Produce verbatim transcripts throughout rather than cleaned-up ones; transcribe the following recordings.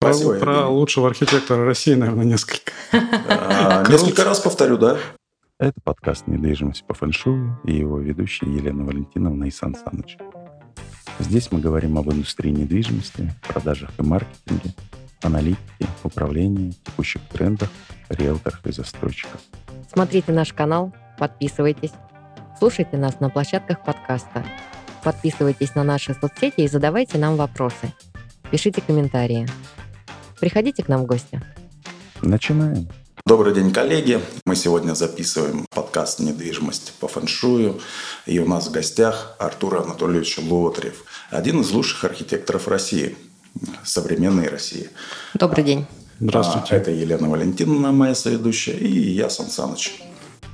Про, Спасибо, про лучшего архитектора России, наверное, несколько. Несколько раз повторю, да? Это подкаст «Недвижимость по фэншую» и его ведущие Елена Валентиновна и Сан Саныч. Здесь мы говорим об индустрии недвижимости, продажах и маркетинге, аналитике, управлении, текущих трендах, риэлторах и застройщиках. Смотрите наш канал, подписывайтесь, слушайте нас на площадках подкаста, подписывайтесь на наши соцсети и задавайте нам вопросы. Пишите комментарии. Приходите к нам в гости. Начинаем. Добрый день, коллеги. Мы сегодня записываем подкаст «Недвижимость по фэншую». И у нас в гостях Артур Анатольевич Лотарев, один из лучших архитекторов России, современной России. Добрый день. Здравствуйте. Это Елена Валентиновна, моя соведущая, и я, Сан Саныч.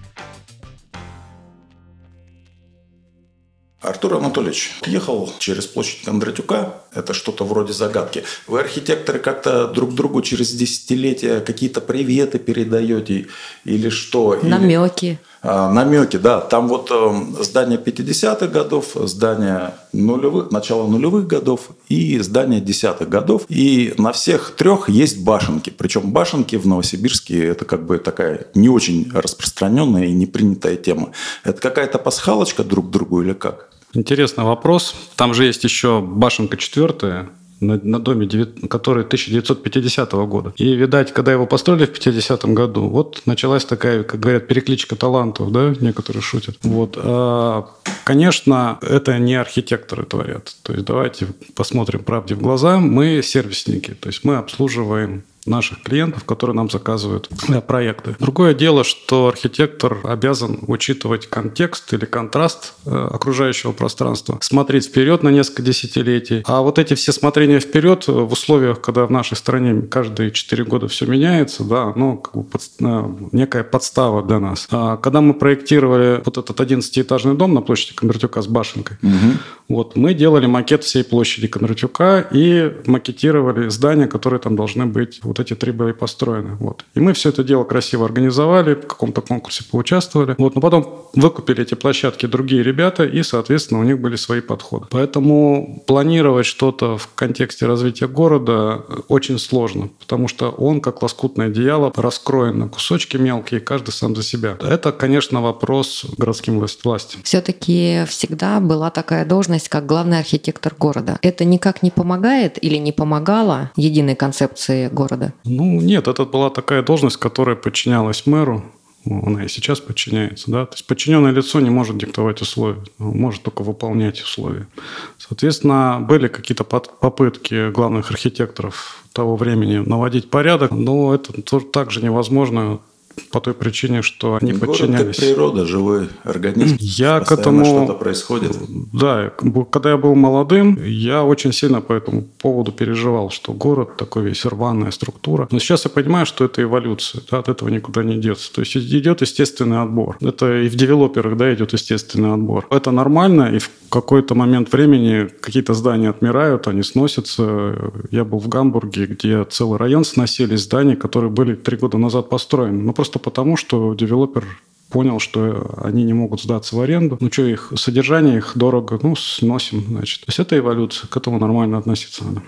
Артур Анатольевич ехал через площадь Кондратюка. Это что-то вроде загадки. Вы, архитекторы, как-то друг другу через десятилетия какие-то приветы передаете или что? Намеки. Или... А, намеки, да. Там вот э, здание пятидесятых годов, здание нулевых, начала нулевых годов и здание десятых годов. И на всех трех есть башенки. Причем башенки в Новосибирске – это как бы такая не очень распространенная и непринятая тема. Это какая-то пасхалочка друг к другу или как? Интересный вопрос. Там же есть еще башенка четвертая на, на доме, который тысяча девятьсот пятидесятого года. И, видать, когда его построили в пятидесятом году, вот началась такая, как говорят, перекличка талантов, да, некоторые шутят. Вот. А, конечно, это не архитекторы творят. То есть давайте посмотрим правде в глаза. Мы сервисники, то есть мы обслуживаем наших клиентов, которые нам заказывают проекты. Другое дело, что архитектор обязан учитывать контекст или контраст окружающего пространства, смотреть вперед на несколько десятилетий. А вот эти все смотрения вперед в условиях, когда в нашей стране каждые четыре года все меняется, да, ну, как бы под, некая подстава для нас. А когда мы проектировали вот этот одиннадцатиэтажный дом на площади Кондратюка с башенкой, угу. вот, мы делали макет всей площади Кондратюка и макетировали здания, которые там должны быть. Вот эти три были построены. Вот. И мы все это дело красиво организовали, в каком-то конкурсе поучаствовали. Вот. Но потом выкупили эти площадки другие ребята, и, соответственно, у них были свои подходы. Поэтому планировать что-то в контексте развития города очень сложно, потому что он, как лоскутное одеяло, раскроен на кусочки мелкие, каждый сам за себя. Это, конечно, вопрос городским властям. Все-таки всегда была такая должность, как главный архитектор города. Это никак не помогает или не помогало единой концепции города? Ну, нет, это была такая должность, которая подчинялась мэру. Она и сейчас подчиняется. Да? То есть подчиненное лицо не может диктовать условия, может только выполнять условия. Соответственно, были какие-то попытки главных архитекторов того времени наводить порядок, но это также невозможно по той причине, что они город подчинялись. Как природа, живой организм. Я Постоянно к этому... что-то происходит. Да, когда я был молодым, я очень сильно по этому поводу переживал, что город такой весь рваная структура. Но сейчас я понимаю, что это эволюция, да, от этого никуда не деться. То есть идет естественный отбор. Это и в девелоперах, да, идет естественный отбор. Это нормально, и в какой-то момент времени какие-то здания отмирают, они сносятся. Я был в Гамбурге, где целый район сносили здания, которые были три года назад построены. Ну, просто потому, что девелопер понял, что они не могут сдаться в аренду. Ну что, их содержание, их дорого, ну, сносим, значит. То есть это эволюция, к этому нормально относиться надо.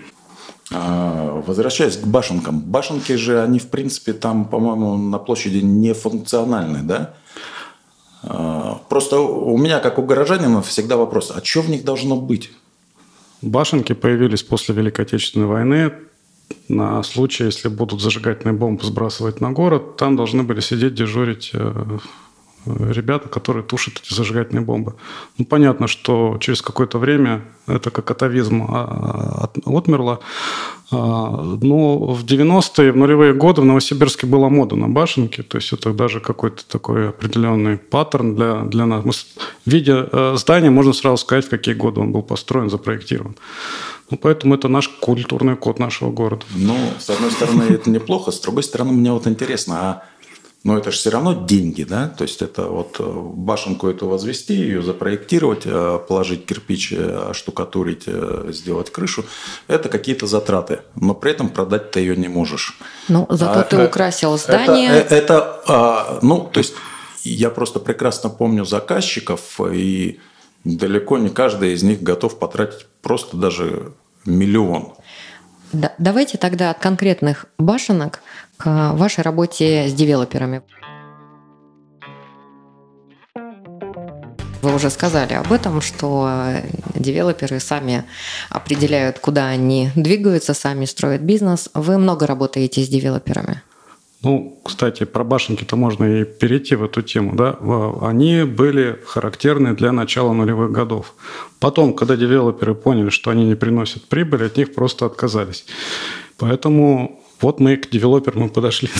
А, возвращаясь к башенкам. Башенки же, они, в принципе, там, по-моему, на площади не функциональны, да? А, просто у меня, как у горожанина, всегда вопрос, а что в них должно быть? Башенки появились после Великой Отечественной войны. На случай, если будут зажигательные бомбы сбрасывать на город, там должны были сидеть, дежурить ребята, которые тушат эти зажигательные бомбы. Ну, понятно, что через какое-то время это как атовизм отмерло. Но в девяностые, в нулевые годы в Новосибирске была мода на башенки. То есть это даже какой-то такой определенный паттерн для, для нас. Мы, видя здание, можно сразу сказать, в какие годы он был построен, запроектирован. Ну, поэтому это наш культурный код нашего города. Ну, с одной стороны, это неплохо. С другой стороны, мне вот интересно, а но это же все равно деньги, да? То есть это вот башенку эту возвести, ее запроектировать, положить кирпич, оштукатурить, сделать крышу. Это какие-то затраты. Но при этом продать ты ее не можешь. Ну, зато а, ты украсил здание. Это, это а, ну, то есть я просто прекрасно помню заказчиков, и далеко не каждый из них готов потратить просто даже миллион. Да, давайте тогда от конкретных башенок к вашей работе с девелоперами. Вы уже сказали об этом, что девелоперы сами определяют, куда они двигаются, сами строят бизнес. Вы много работаете с девелоперами? Ну, кстати, про башенки-то можно и перейти в эту тему. Да? Они были характерны для начала нулевых годов. Потом, когда девелоперы поняли, что они не приносят прибыли, от них просто отказались. Поэтому вот мы к девелоперам и подошли.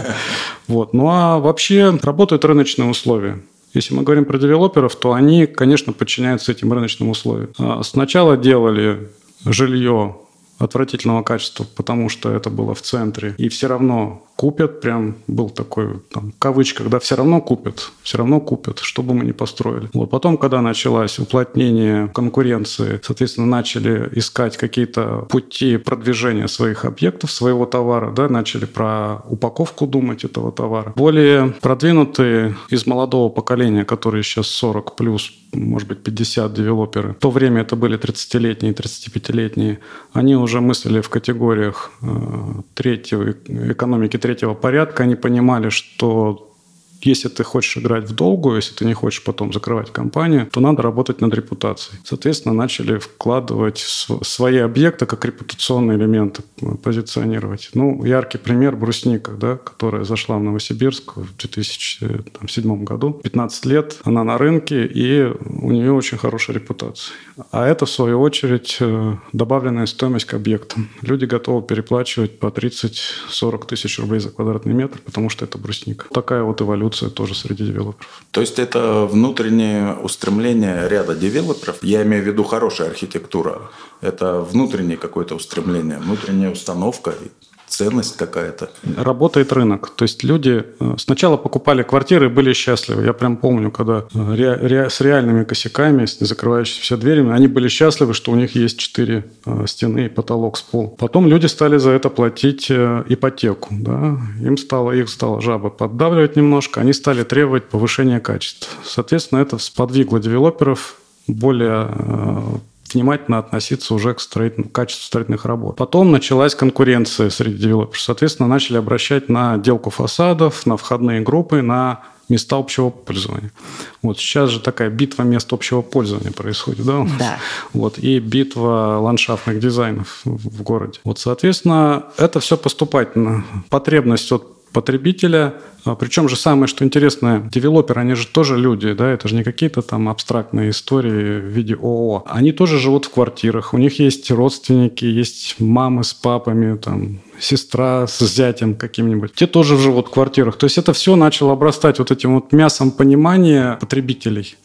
Вот. Ну а вообще работают рыночные условия. Если мы говорим про девелоперов, то они, конечно, подчиняются этим рыночным условиям. Сначала делали жилье отвратительного качества, потому что это было в центре, и все равно купят, прям был такой, там, в кавычках, да, все равно купят, все равно купят, что бы мы ни построили. Вот потом, когда началось уплотнение конкуренции, соответственно, начали искать какие-то пути продвижения своих объектов, своего товара, да, начали про упаковку думать этого товара. Более продвинутые из молодого поколения, которые сейчас сорок плюс, может быть, пятьдесят девелоперы, в то время это были тридцатилетние, тридцатипятилетние, они уже мыслили в категориях э, третьего, экономики третьего порядка, они понимали, что если ты хочешь играть в долгую, если ты не хочешь потом закрывать компанию, то надо работать над репутацией. Соответственно, начали вкладывать в свои объекты как репутационные элементы, позиционировать. Ну, яркий пример – брусника, да, которая зашла в Новосибирск в две тысячи седьмом году. пятнадцать лет она на рынке, и у нее очень хорошая репутация. А это, в свою очередь, добавленная стоимость к объектам. Люди готовы переплачивать по тридцать-сорок тысяч рублей за квадратный метр, потому что это брусника. Такая вот эволюция тоже среди девелоперов. То есть это внутреннее устремление ряда девелоперов, я имею в виду хорошая архитектура, это внутреннее какое-то устремление, внутренняя установка, ценность какая-то. Работает рынок. То есть люди сначала покупали квартиры и были счастливы. Я прям помню, когда ре, ре, с реальными косяками, с закрывающимися дверями, они были счастливы, что у них есть четыре стены и потолок с полом. Потом люди стали за это платить ипотеку. Да? Им стало, их стало жаба поддавливать немножко, они стали требовать повышения качества. Соответственно, это сподвигло девелоперов более внимательно относиться уже к, строительным, к качеству строительных работ. Потом началась конкуренция среди девелоперов. Соответственно, начали обращать на отделку фасадов, на входные группы, на места общего пользования. Вот сейчас же такая битва мест общего пользования происходит, да? Да. Вот, и битва ландшафтных дизайнов в городе. Вот, соответственно, это все поступательно. Потребность от потребителя. Причем же самое, что интересное, девелоперы, они же тоже люди, да, это же не какие-то там абстрактные истории в виде ООО. Они тоже живут в квартирах, у них есть родственники, есть мамы с папами, там, сестра с зятем каким-нибудь. Те тоже живут в квартирах. То есть это все начало обрастать вот этим вот мясом понимания потребителей.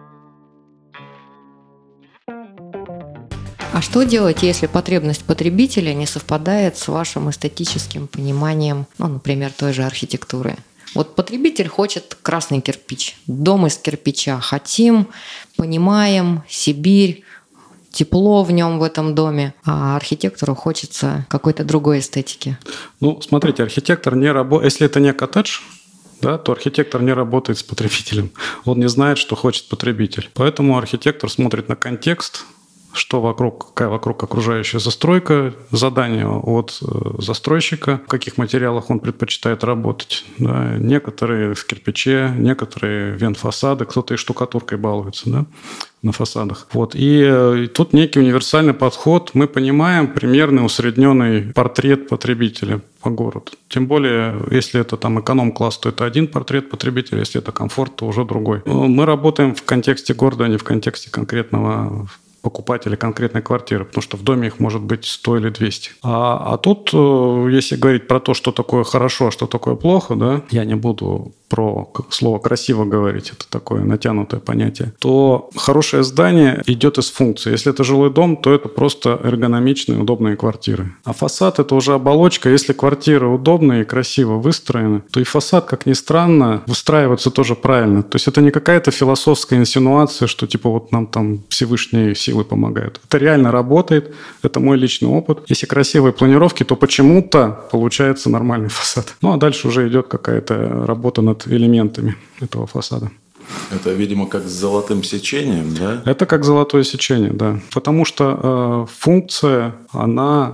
А что делать, если потребность потребителя не совпадает с вашим эстетическим пониманием, ну, например, той же архитектуры? Вот потребитель хочет красный кирпич, дом из кирпича. Хотим, понимаем, Сибирь, тепло в нем, в этом доме, а архитектору хочется какой-то другой эстетики. Ну, смотрите, архитектор не работает, если это не коттедж, да, то архитектор не работает с потребителем. Он не знает, что хочет потребитель. Поэтому архитектор смотрит на контекст, что вокруг, какая вокруг окружающая застройка, задание от застройщика, в каких материалах он предпочитает работать. Да. Некоторые в кирпиче, некоторые вент-фасады, кто-то и штукатуркой балуется, да, на фасадах. Вот. И, и тут некий универсальный подход. Мы понимаем примерный усредненный портрет потребителя по городу. Тем более, если это там эконом-класс, то это один портрет потребителя, если это комфорт, то уже другой. Мы работаем в контексте города, а не в контексте конкретного покупателя конкретной квартиры, потому что в доме их может быть сто или двести. А, а тут, если говорить про то, что такое хорошо, а что такое плохо, да, я не буду про слово «красиво» говорить, это такое натянутое понятие, то хорошее здание идет из функции. Если это жилой дом, то это просто эргономичные, удобные квартиры. А фасад – это уже оболочка. Если квартира удобная и красиво выстроена, то и фасад, как ни странно, выстраивается тоже правильно. То есть это не какая-то философская инсинуация, что типа вот нам там Всевышние силы помогают. Это реально работает, это мой личный опыт. Если красивые планировки, то почему-то получается нормальный фасад. Ну а дальше уже идет какая-то работа над элементами этого фасада. Это, видимо, как с золотым сечением, да? Это как золотое сечение, да. Потому что э, функция, она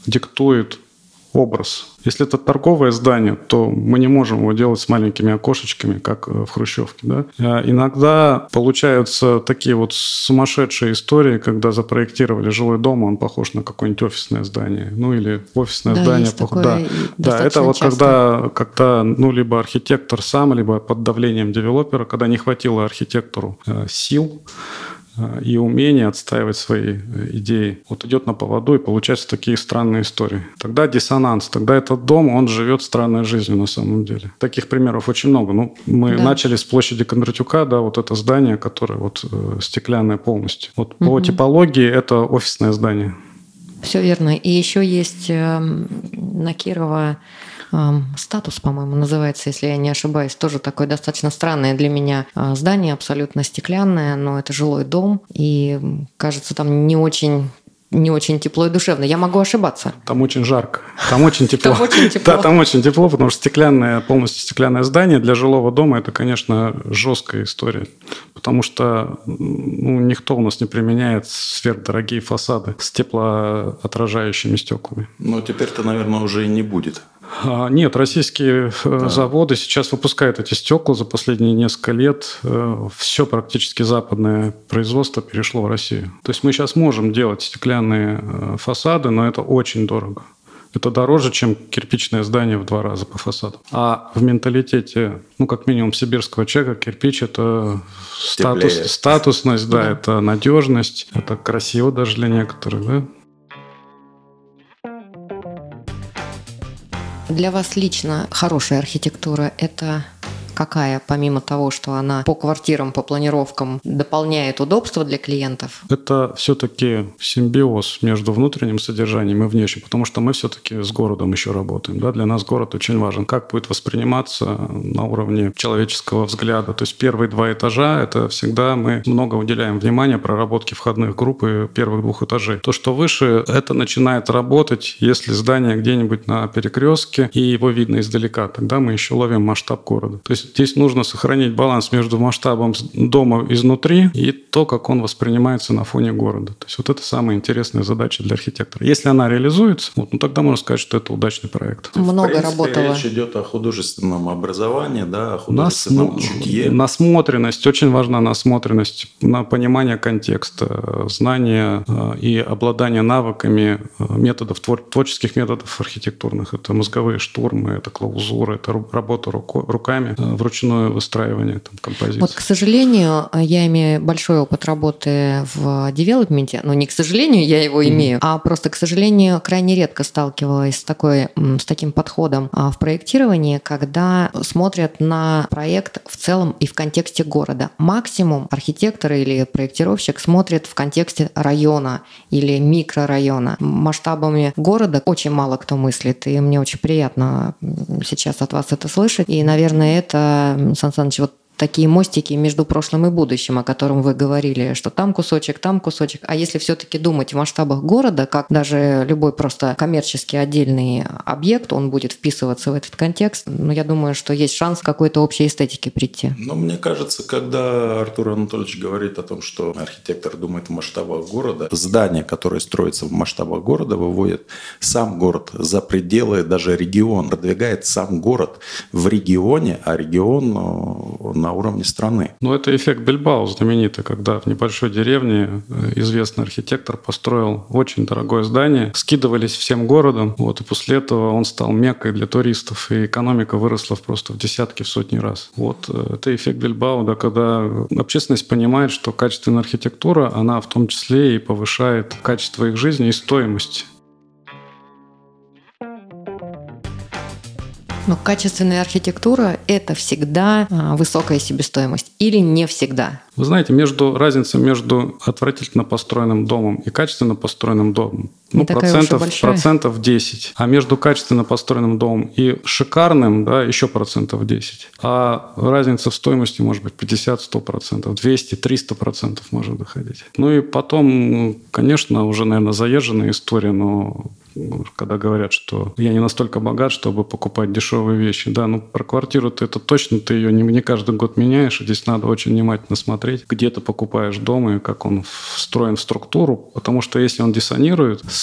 диктует образ. Если это торговое здание, то мы не можем его делать с маленькими окошечками, как в хрущевке. Да? Иногда получаются такие вот сумасшедшие истории, когда запроектировали жилой дом, он похож на какое-нибудь офисное здание. Ну или офисное да, здание. Есть пох... такое да, да, это вот часто. когда, когда ну, либо архитектор сам, либо под давлением девелопера, когда не хватило архитектору э, сил и умение отстаивать свои идеи. Вот идет на поводу, и получаются такие странные истории. Тогда диссонанс, тогда этот дом, он живет странной жизнью на самом деле. Таких примеров очень много. Ну, мы да. начали с площади Кондратюка, да, вот это здание, которое вот э, стеклянное полностью. Вот угу. по типологии это офисное здание. Все верно. И еще есть э, на Кирова «Статус», по-моему, называется, если я не ошибаюсь. Тоже такое достаточно странное для меня здание, абсолютно стеклянное, но это жилой дом. И, кажется, там не очень... не очень тепло и душевно. Я могу ошибаться. Там очень жарко. Там очень тепло. Там очень тепло. Да, там очень тепло, потому что стеклянное, полностью стеклянное здание для жилого дома – это, конечно, жесткая история. Потому что ну, никто у нас не применяет сверхдорогие фасады с теплоотражающими стеклами. Но теперь-то, наверное, уже и не будет. Нет, российские да. заводы сейчас выпускают эти стекла за последние несколько лет. Все практически западное производство перешло в Россию. То есть мы сейчас можем делать стеклянные фасады, но это очень дорого. Это дороже, чем кирпичное здание в два раза по фасаду. А в менталитете, ну, как минимум, сибирского человека, кирпич – это статус, статусность, да, да, это надежность, это красиво даже для некоторых, да. Для вас лично хорошая архитектура – это какая, помимо того, что она по квартирам, по планировкам дополняет удобства для клиентов? Это все-таки симбиоз между внутренним содержанием и внешним, потому что мы все-таки с городом еще работаем. Да? Для нас город очень важен. Как будет восприниматься на уровне человеческого взгляда. То есть первые два этажа – это всегда мы много уделяем внимания проработке входных групп и первых двух этажей. То, что выше, это начинает работать, если здание где-нибудь на перекрестке, и его видно издалека. Тогда мы еще ловим масштаб города. То есть здесь нужно сохранить баланс между масштабом дома изнутри и то, как он воспринимается на фоне города. То есть вот это самая интересная задача для архитектора. Если она реализуется, вот, ну, тогда можно сказать, что это удачный проект. Много В принципе, работало. Речь идет о художественном образовании, да, о художественном Нас, чутье. Насмотренность, очень важна насмотренность, на понимание контекста, знание и обладание навыками методов, творческих методов архитектурных. Это мозговые штурмы, это клаузура, это работа руками, вручную выстраивание там, композиции. Вот, к сожалению, я имею большой опыт работы в девелопменте, но не к сожалению я его имею, mm-hmm. а просто, к сожалению, крайне редко сталкивалась с, такой, с таким подходом в проектировании, когда смотрят на проект в целом и в контексте города. Максимум архитектор или проектировщик смотрит в контексте района или микрорайона. Масштабами города очень мало кто мыслит, и мне очень приятно сейчас от вас это слышать. И, наверное, это, Сан Саныч, вот такие мостики между прошлым и будущим, о котором вы говорили, что там кусочек, там кусочек. А если все-таки думать в масштабах города, как даже любой просто коммерческий отдельный объект, он будет вписываться в этот контекст, ну, я думаю, что есть шанс к какой-то общей эстетике прийти. Но мне кажется, когда Артур Анатольевич говорит о том, что архитектор думает в масштабах города, здание, которое строится в масштабах города, выводит сам город за пределы даже региона, продвигает сам город в регионе, а регион на уровне страны. Ну, это эффект Бильбао знаменитый, когда в небольшой деревне известный архитектор построил очень дорогое здание, скидывались всем городом, вот, и после этого он стал меккой для туристов, и экономика выросла просто в десятки, в сотни раз. Вот это эффект Бильбао, да, когда общественность понимает, что качественная архитектура, она в том числе и повышает качество их жизни и стоимость. Но качественная архитектура – это всегда высокая себестоимость или не всегда? Вы знаете, между, разница между отвратительно построенным домом и качественно построенным домом ну, процентов, процентов десять. А между качественно построенным домом и шикарным, да, еще процентов десять. А разница в стоимости может быть пятьдесят-сто процентов, двести-триста процентов может доходить. Ну и потом, конечно, уже, наверное, заезженная история, но когда говорят, что я не настолько богат, чтобы покупать дешевые вещи. Да, ну про квартиру-то это точно ты ее не, не каждый год меняешь, и здесь надо очень внимательно смотреть, где ты покупаешь дом и как он встроен в структуру, потому что если он диссонирует с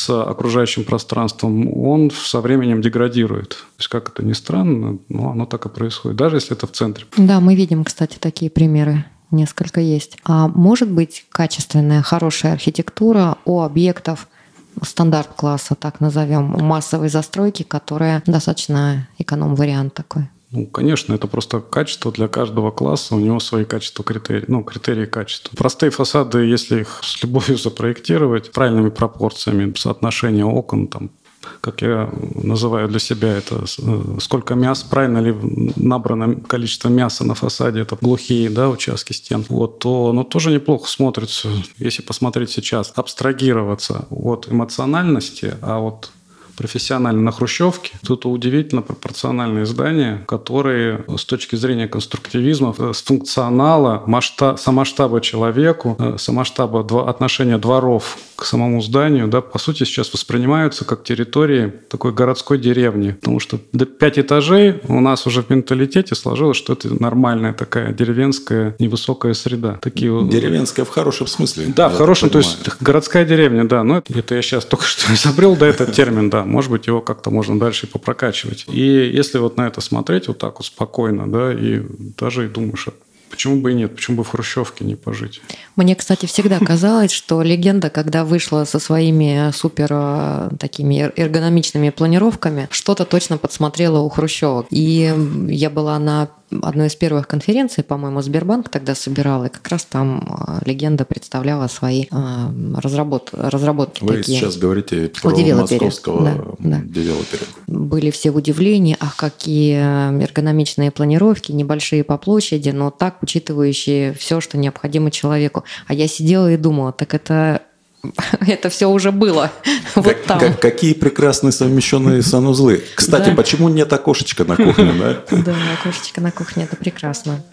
с окружающим пространством, он со временем деградирует. То есть, как это ни странно, но оно так и происходит, даже если это в центре. Да, мы видим, кстати, такие примеры. Несколько есть. А может быть качественная, хорошая архитектура у объектов стандарт-класса, так назовем, массовой застройки, которая достаточно эконом-вариант такой? Ну, конечно, это просто качество для каждого класса, у него свои качества, критерии, ну, критерии качества. Простые фасады, если их с любовью запроектировать, правильными пропорциями, соотношение окон, там, как я называю для себя, это сколько мяса, правильно ли набрано количество мяса на фасаде, это глухие, да, участки стен, вот, то оно тоже неплохо смотрится, если посмотреть сейчас, абстрагироваться от эмоциональности, а вот профессионально на хрущевке. Тут удивительно пропорциональные здания, которые с точки зрения конструктивизма, с функционала, масштаб, самоштаба человеку, самоштаба отношения дворов к самому зданию, да, по сути, сейчас воспринимаются как территории такой городской деревни. Потому что до пять этажей у нас уже в менталитете сложилось, что это нормальная такая деревенская невысокая среда. Такие... Деревенская в хорошем смысле. Да, в хорошем, то есть городская деревня, да. Но это, это я сейчас только что изобрел, да, этот термин, да. Может быть, его как-то можно дальше попрокачивать. И если вот на это смотреть вот так вот спокойно, да, и даже и думаешь, почему бы и нет, почему бы в хрущевке не пожить? Мне, кстати, всегда казалось, что легенда, когда вышла со своими супер такими эргономичными планировками, что-то точно подсмотрела у хрущевок. И я была на одной из первых конференций, по-моему, Сбербанк тогда собирал, и как раз там легенда представляла свои разработ... разработки. Вы такие. Сейчас говорите про московского да, да. девелопера. Были все в удивлении, ах, какие эргономичные планировки, небольшие по площади, но так учитывающие все, что необходимо человеку. А я сидела и думала, так это... Это все уже было. Как, вот там. Как, какие прекрасные совмещенные санузлы. Кстати, да. Почему нет окошечка на кухне? Да, да окошечко на кухне, это прекрасно.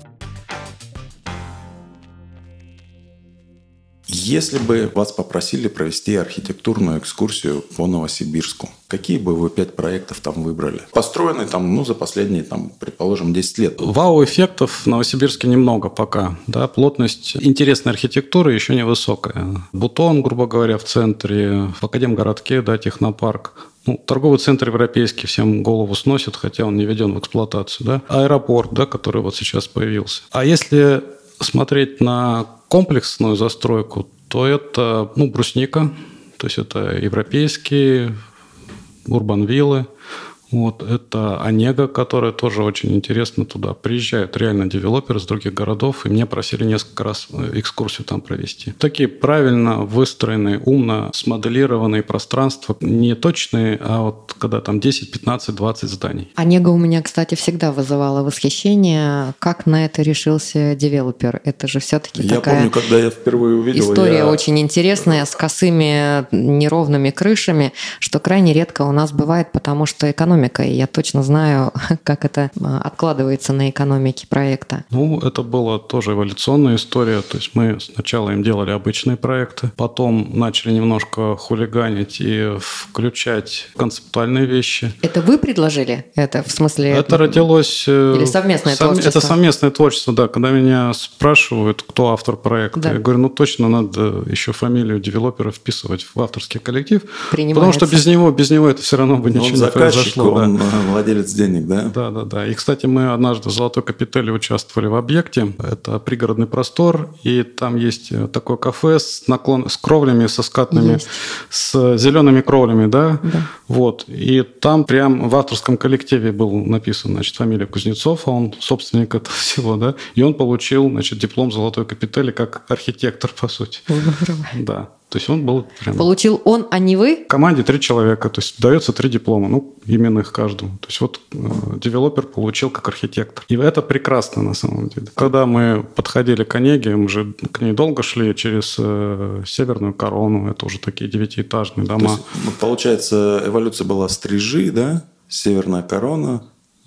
Если бы вас попросили провести архитектурную экскурсию по Новосибирску, какие бы вы пять проектов там выбрали? Построенные там, ну, за последние, там, предположим, десять лет. Вау-эффектов в Новосибирске немного пока. Да? Плотность интересной архитектуры еще невысокая. Бутон, грубо говоря, в центре, в Академгородке, да, технопарк. Ну, торговый центр европейский всем голову сносит, хотя он не введен в эксплуатацию. Да? Аэропорт, да, который вот сейчас появился. А если смотреть на комплексную застройку, то это, ну, брусника, то есть это европейские урбан-виллы, вот, это Онега, которая тоже очень интересно туда. Приезжают реально девелоперы с других городов, и мне просили несколько раз экскурсию там провести. Такие правильно выстроенные, умно смоделированные пространства, не точные, а вот когда там десять, пятнадцать, двадцать зданий. Онега у меня, кстати, всегда вызывала восхищение. Как на это решился девелопер? Это же все-таки я такая... помню, когда я впервые увидел... История я... очень интересная, с косыми неровными крышами, что крайне редко у нас бывает, потому что экономика. И я точно знаю, как это откладывается на экономике проекта. Ну, это была тоже эволюционная история. То есть мы сначала им делали обычные проекты, потом начали немножко хулиганить и включать концептуальные вещи. Это вы предложили? Это в смысле... Это родилось... Или совместное сов... творчество? Это совместное творчество, да. Когда меня спрашивают, кто автор проекта, да. я говорю, ну точно надо еще фамилию девелопера вписывать в авторский коллектив, Принимается. потому что без него, без него это все равно бы ничего не произошло. Он да. владелец денег, да? Да, да, да. И, кстати, мы однажды в Золотой Капители участвовали в объекте. Это пригородный простор, и там есть такое кафе с наклон, с кровлями, со скатными, есть. с зелеными кровлями, да? Да. Вот. И там прям в авторском коллективе был написан, значит, фамилия Кузнецов, а он собственник этого всего, да? И он получил, значит, диплом Золотой Капители как архитектор, по сути. Здорово. Да. То есть он был прям... Получил он, а не вы? В команде три человека, то есть дается три диплома, ну, именных каждому. То есть вот э, девелопер получил как архитектор. И это прекрасно на самом деле. Когда мы подходили к Онеге, мы же к ней долго шли через э, Северную Корону, это уже такие девятиэтажные дома. То есть, получается, эволюция была Стрижи, да? Северная Корона.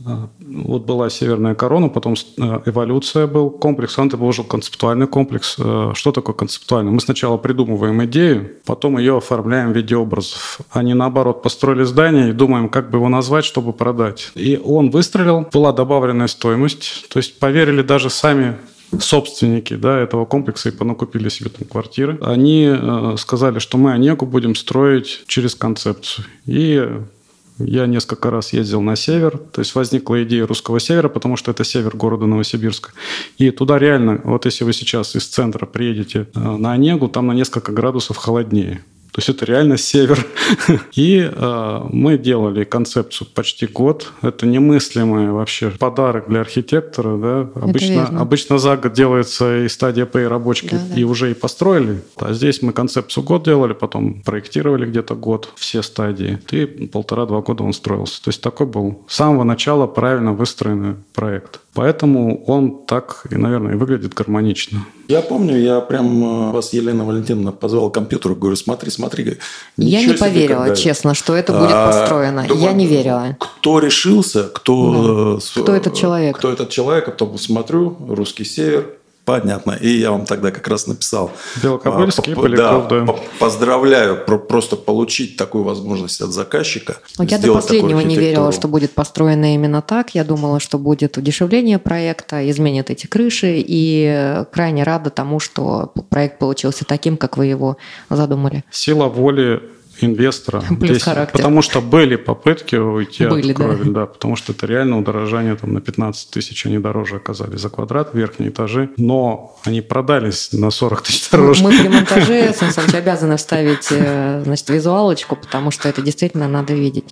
Вот была Северная Корона, потом эволюция был комплекс, он был уже концептуальный комплекс. Что такое концептуальный? Мы сначала придумываем идею, потом ее оформляем в виде образов. А не наоборот, построили здание и думаем, как бы его назвать, чтобы продать. И он выстрелил, была добавленная стоимость, то есть поверили даже сами собственники, да, этого комплекса и понакупили себе там квартиры. Они э, сказали, что мы Онегу будем строить через концепцию. И я несколько раз ездил на север, то есть возникла идея русского севера, потому что это север города Новосибирска. И туда реально, вот если вы сейчас из центра приедете э, на Онегу, там на несколько градусов холоднее. То есть это реально север. И э, мы делали концепцию почти год. Это немыслимый вообще подарок для архитектора. Да? Обычно, обычно за год делается и стадия П, и рабочки, да, и да. уже и построили. А здесь мы концепцию год делали, потом проектировали где-то год все стадии. И полтора-два года он строился. То есть такой был с самого начала правильно выстроенный проект. Поэтому он так, и, наверное, и выглядит гармонично. Я помню, я прям вас, Елена Валентиновна, позвал к компьютеру, говорю, смотри, смотри. Я не поверила, когда... честно, что это будет построено. А, я не верила. Кто решился, кто... Да. Кто этот человек? Кто этот человек, а потом смотрю, русский север. Понятно. И я вам тогда как раз написал. Белокобыльский и Поляков, да. да. Поздравляю, просто получить такую возможность от заказчика. Я до последнего не верила, что будет построено именно так. Я думала, что будет удешевление проекта, изменят эти крыши. И крайне рада тому, что проект получился таким, как вы его задумали. Сила воли инвестора. Плюс здесь, характер. Потому что были попытки уйти были, от кровли, да. да, потому что это реально удорожание там, на пятнадцать тысяч, они дороже оказались за квадрат, верхние этажи, но они продались на сорок тысяч дороже. Мы при монтаже, Сан Саныч, обязаны вставить, значит, визуалочку, потому что это действительно надо видеть.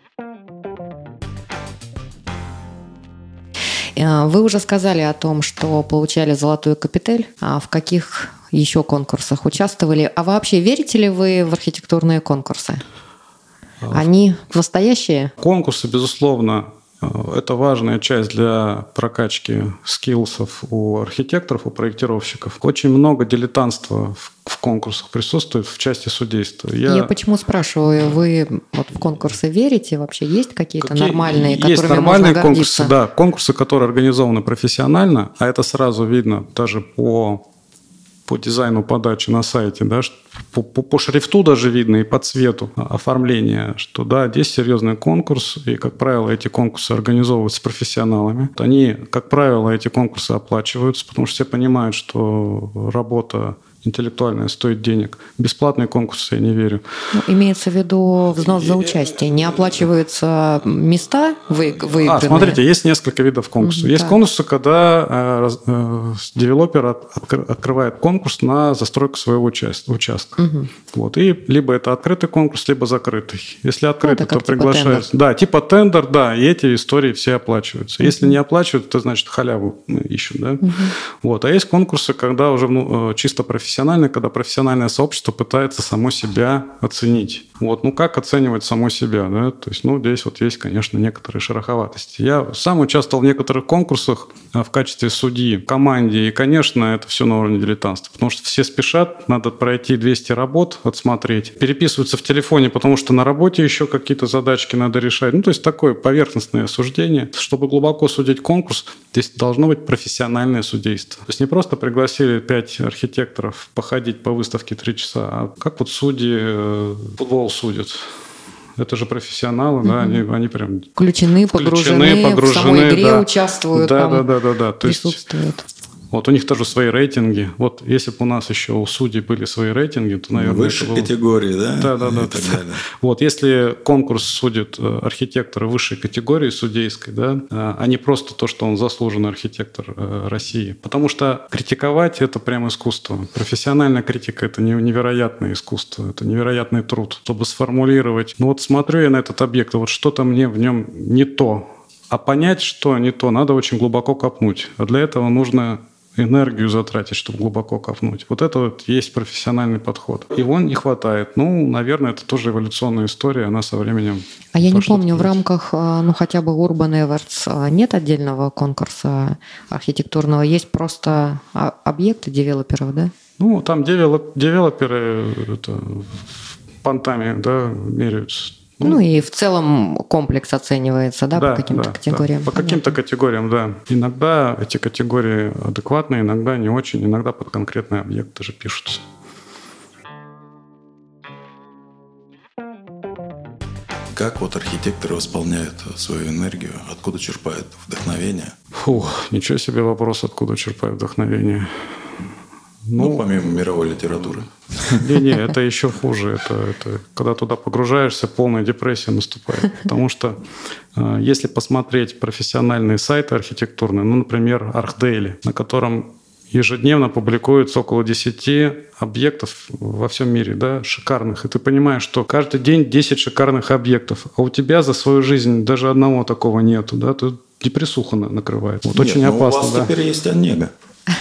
Вы уже сказали о том, что получали золотую капитель. А в каких еще конкурсах участвовали? А вообще верите ли вы в архитектурные конкурсы? Они настоящие? Конкурсы, безусловно, это важная часть для прокачки скиллсов у архитекторов, у проектировщиков. Очень много дилетантства в конкурсах присутствует в части судейства. Я, Я почему спрашиваю, вы вот в конкурсы верите? Вообще есть какие-то Какие? нормальные, есть которыми нормальные можно конкурсы, гордиться? да, конкурсы, которые организованы профессионально, а это сразу видно даже по по дизайну подачи на сайте, да, по, по, по шрифту даже видно и по цвету оформления, что да, здесь серьезный конкурс, и, как правило, эти конкурсы организовываются профессионалами. Они, как правило, эти конкурсы оплачиваются, потому что все понимают, что работа интеллектуальная стоит денег. Бесплатные конкурсы я не верю. Ну, имеется в виду взнос за участие. Не оплачиваются места вы, выигранные? А, смотрите, есть несколько видов конкурсов. Mm-hmm, есть да. конкурсы, когда э, э, девелопер от, открывает конкурс на застройку своего участка. Mm-hmm. Вот. И либо это открытый конкурс, либо закрытый. Если открытый, ну, то приглашается... Типа да, типа тендер, да, и эти истории все оплачиваются. Mm-hmm. Если не оплачивают, то значит халяву ищут. Да? Mm-hmm. Вот. А есть конкурсы, когда уже ну, чисто профессионально, когда профессиональное сообщество пытается само себя оценить. Вот, ну как оценивать само себя, да? То есть, ну здесь вот есть, конечно, некоторые шероховатости. Я сам участвовал в некоторых конкурсах в качестве судьи в команде, и, конечно, это все на уровне дилетантства, потому что все спешат, надо пройти двести работ, отсмотреть, переписываются в телефоне, потому что на работе еще какие-то задачки надо решать. Ну, то есть такое поверхностное суждение. Чтобы глубоко судить конкурс, здесь должно быть профессиональное судейство. То есть не просто пригласили пять архитекторов походить по выставке три часа, а как вот судьи футбол судят. Это же профессионалы, mm-hmm. да, они, они прям включены, погружены, погружены в самой игре, да. участвуют, да, там, да, да, да, да. присутствуют. То есть, вот у них тоже свои рейтинги. Вот если бы у нас еще у судей были свои рейтинги, то, наверное... Высшей было... категории, да? Да, да, да. да. Вот если конкурс судит архитектора высшей категории судейской, да, а не просто то, что он заслуженный архитектор России. Потому что критиковать – это прям искусство. Профессиональная критика – это невероятное искусство, это невероятный труд. Чтобы сформулировать, ну вот смотрю я на этот объект, вот что-то мне в нем не то. А понять, что не то, надо очень глубоко копнуть. А для этого нужно энергию затратить, чтобы глубоко копнуть. Вот это вот есть профессиональный подход. Его не хватает. Ну, наверное, это тоже эволюционная история, она со временем... А я не помню, в рамках, ну, хотя бы Urban Awards нет отдельного конкурса архитектурного, есть просто объекты девелоперов, да? Ну, там девелоп, девелоперы это, понтами, да, меряются. Ну, ну и в целом комплекс оценивается, да, да по каким-то да, категориям. Да, по каким-то категориям, да. Иногда эти категории адекватные, иногда не очень, иногда под конкретный объект даже пишутся. Как вот архитекторы восполняют свою энергию? Откуда черпают вдохновение? Фух, ничего себе вопрос, откуда черпаю вдохновение. Ну, ну, помимо мировой литературы. Не-не, это еще хуже. Это, это, когда туда погружаешься, полная депрессия наступает. Потому что э, если посмотреть профессиональные сайты архитектурные, ну, например, ArchDaily, на котором ежедневно публикуется около десяти объектов во всем мире, да, шикарных. И ты понимаешь, что каждый день десять шикарных объектов, а у тебя за свою жизнь даже одного такого нету, да, тут депрессуха накрывает. Вот. Нет, очень опасно. У вас да. теперь есть Онега.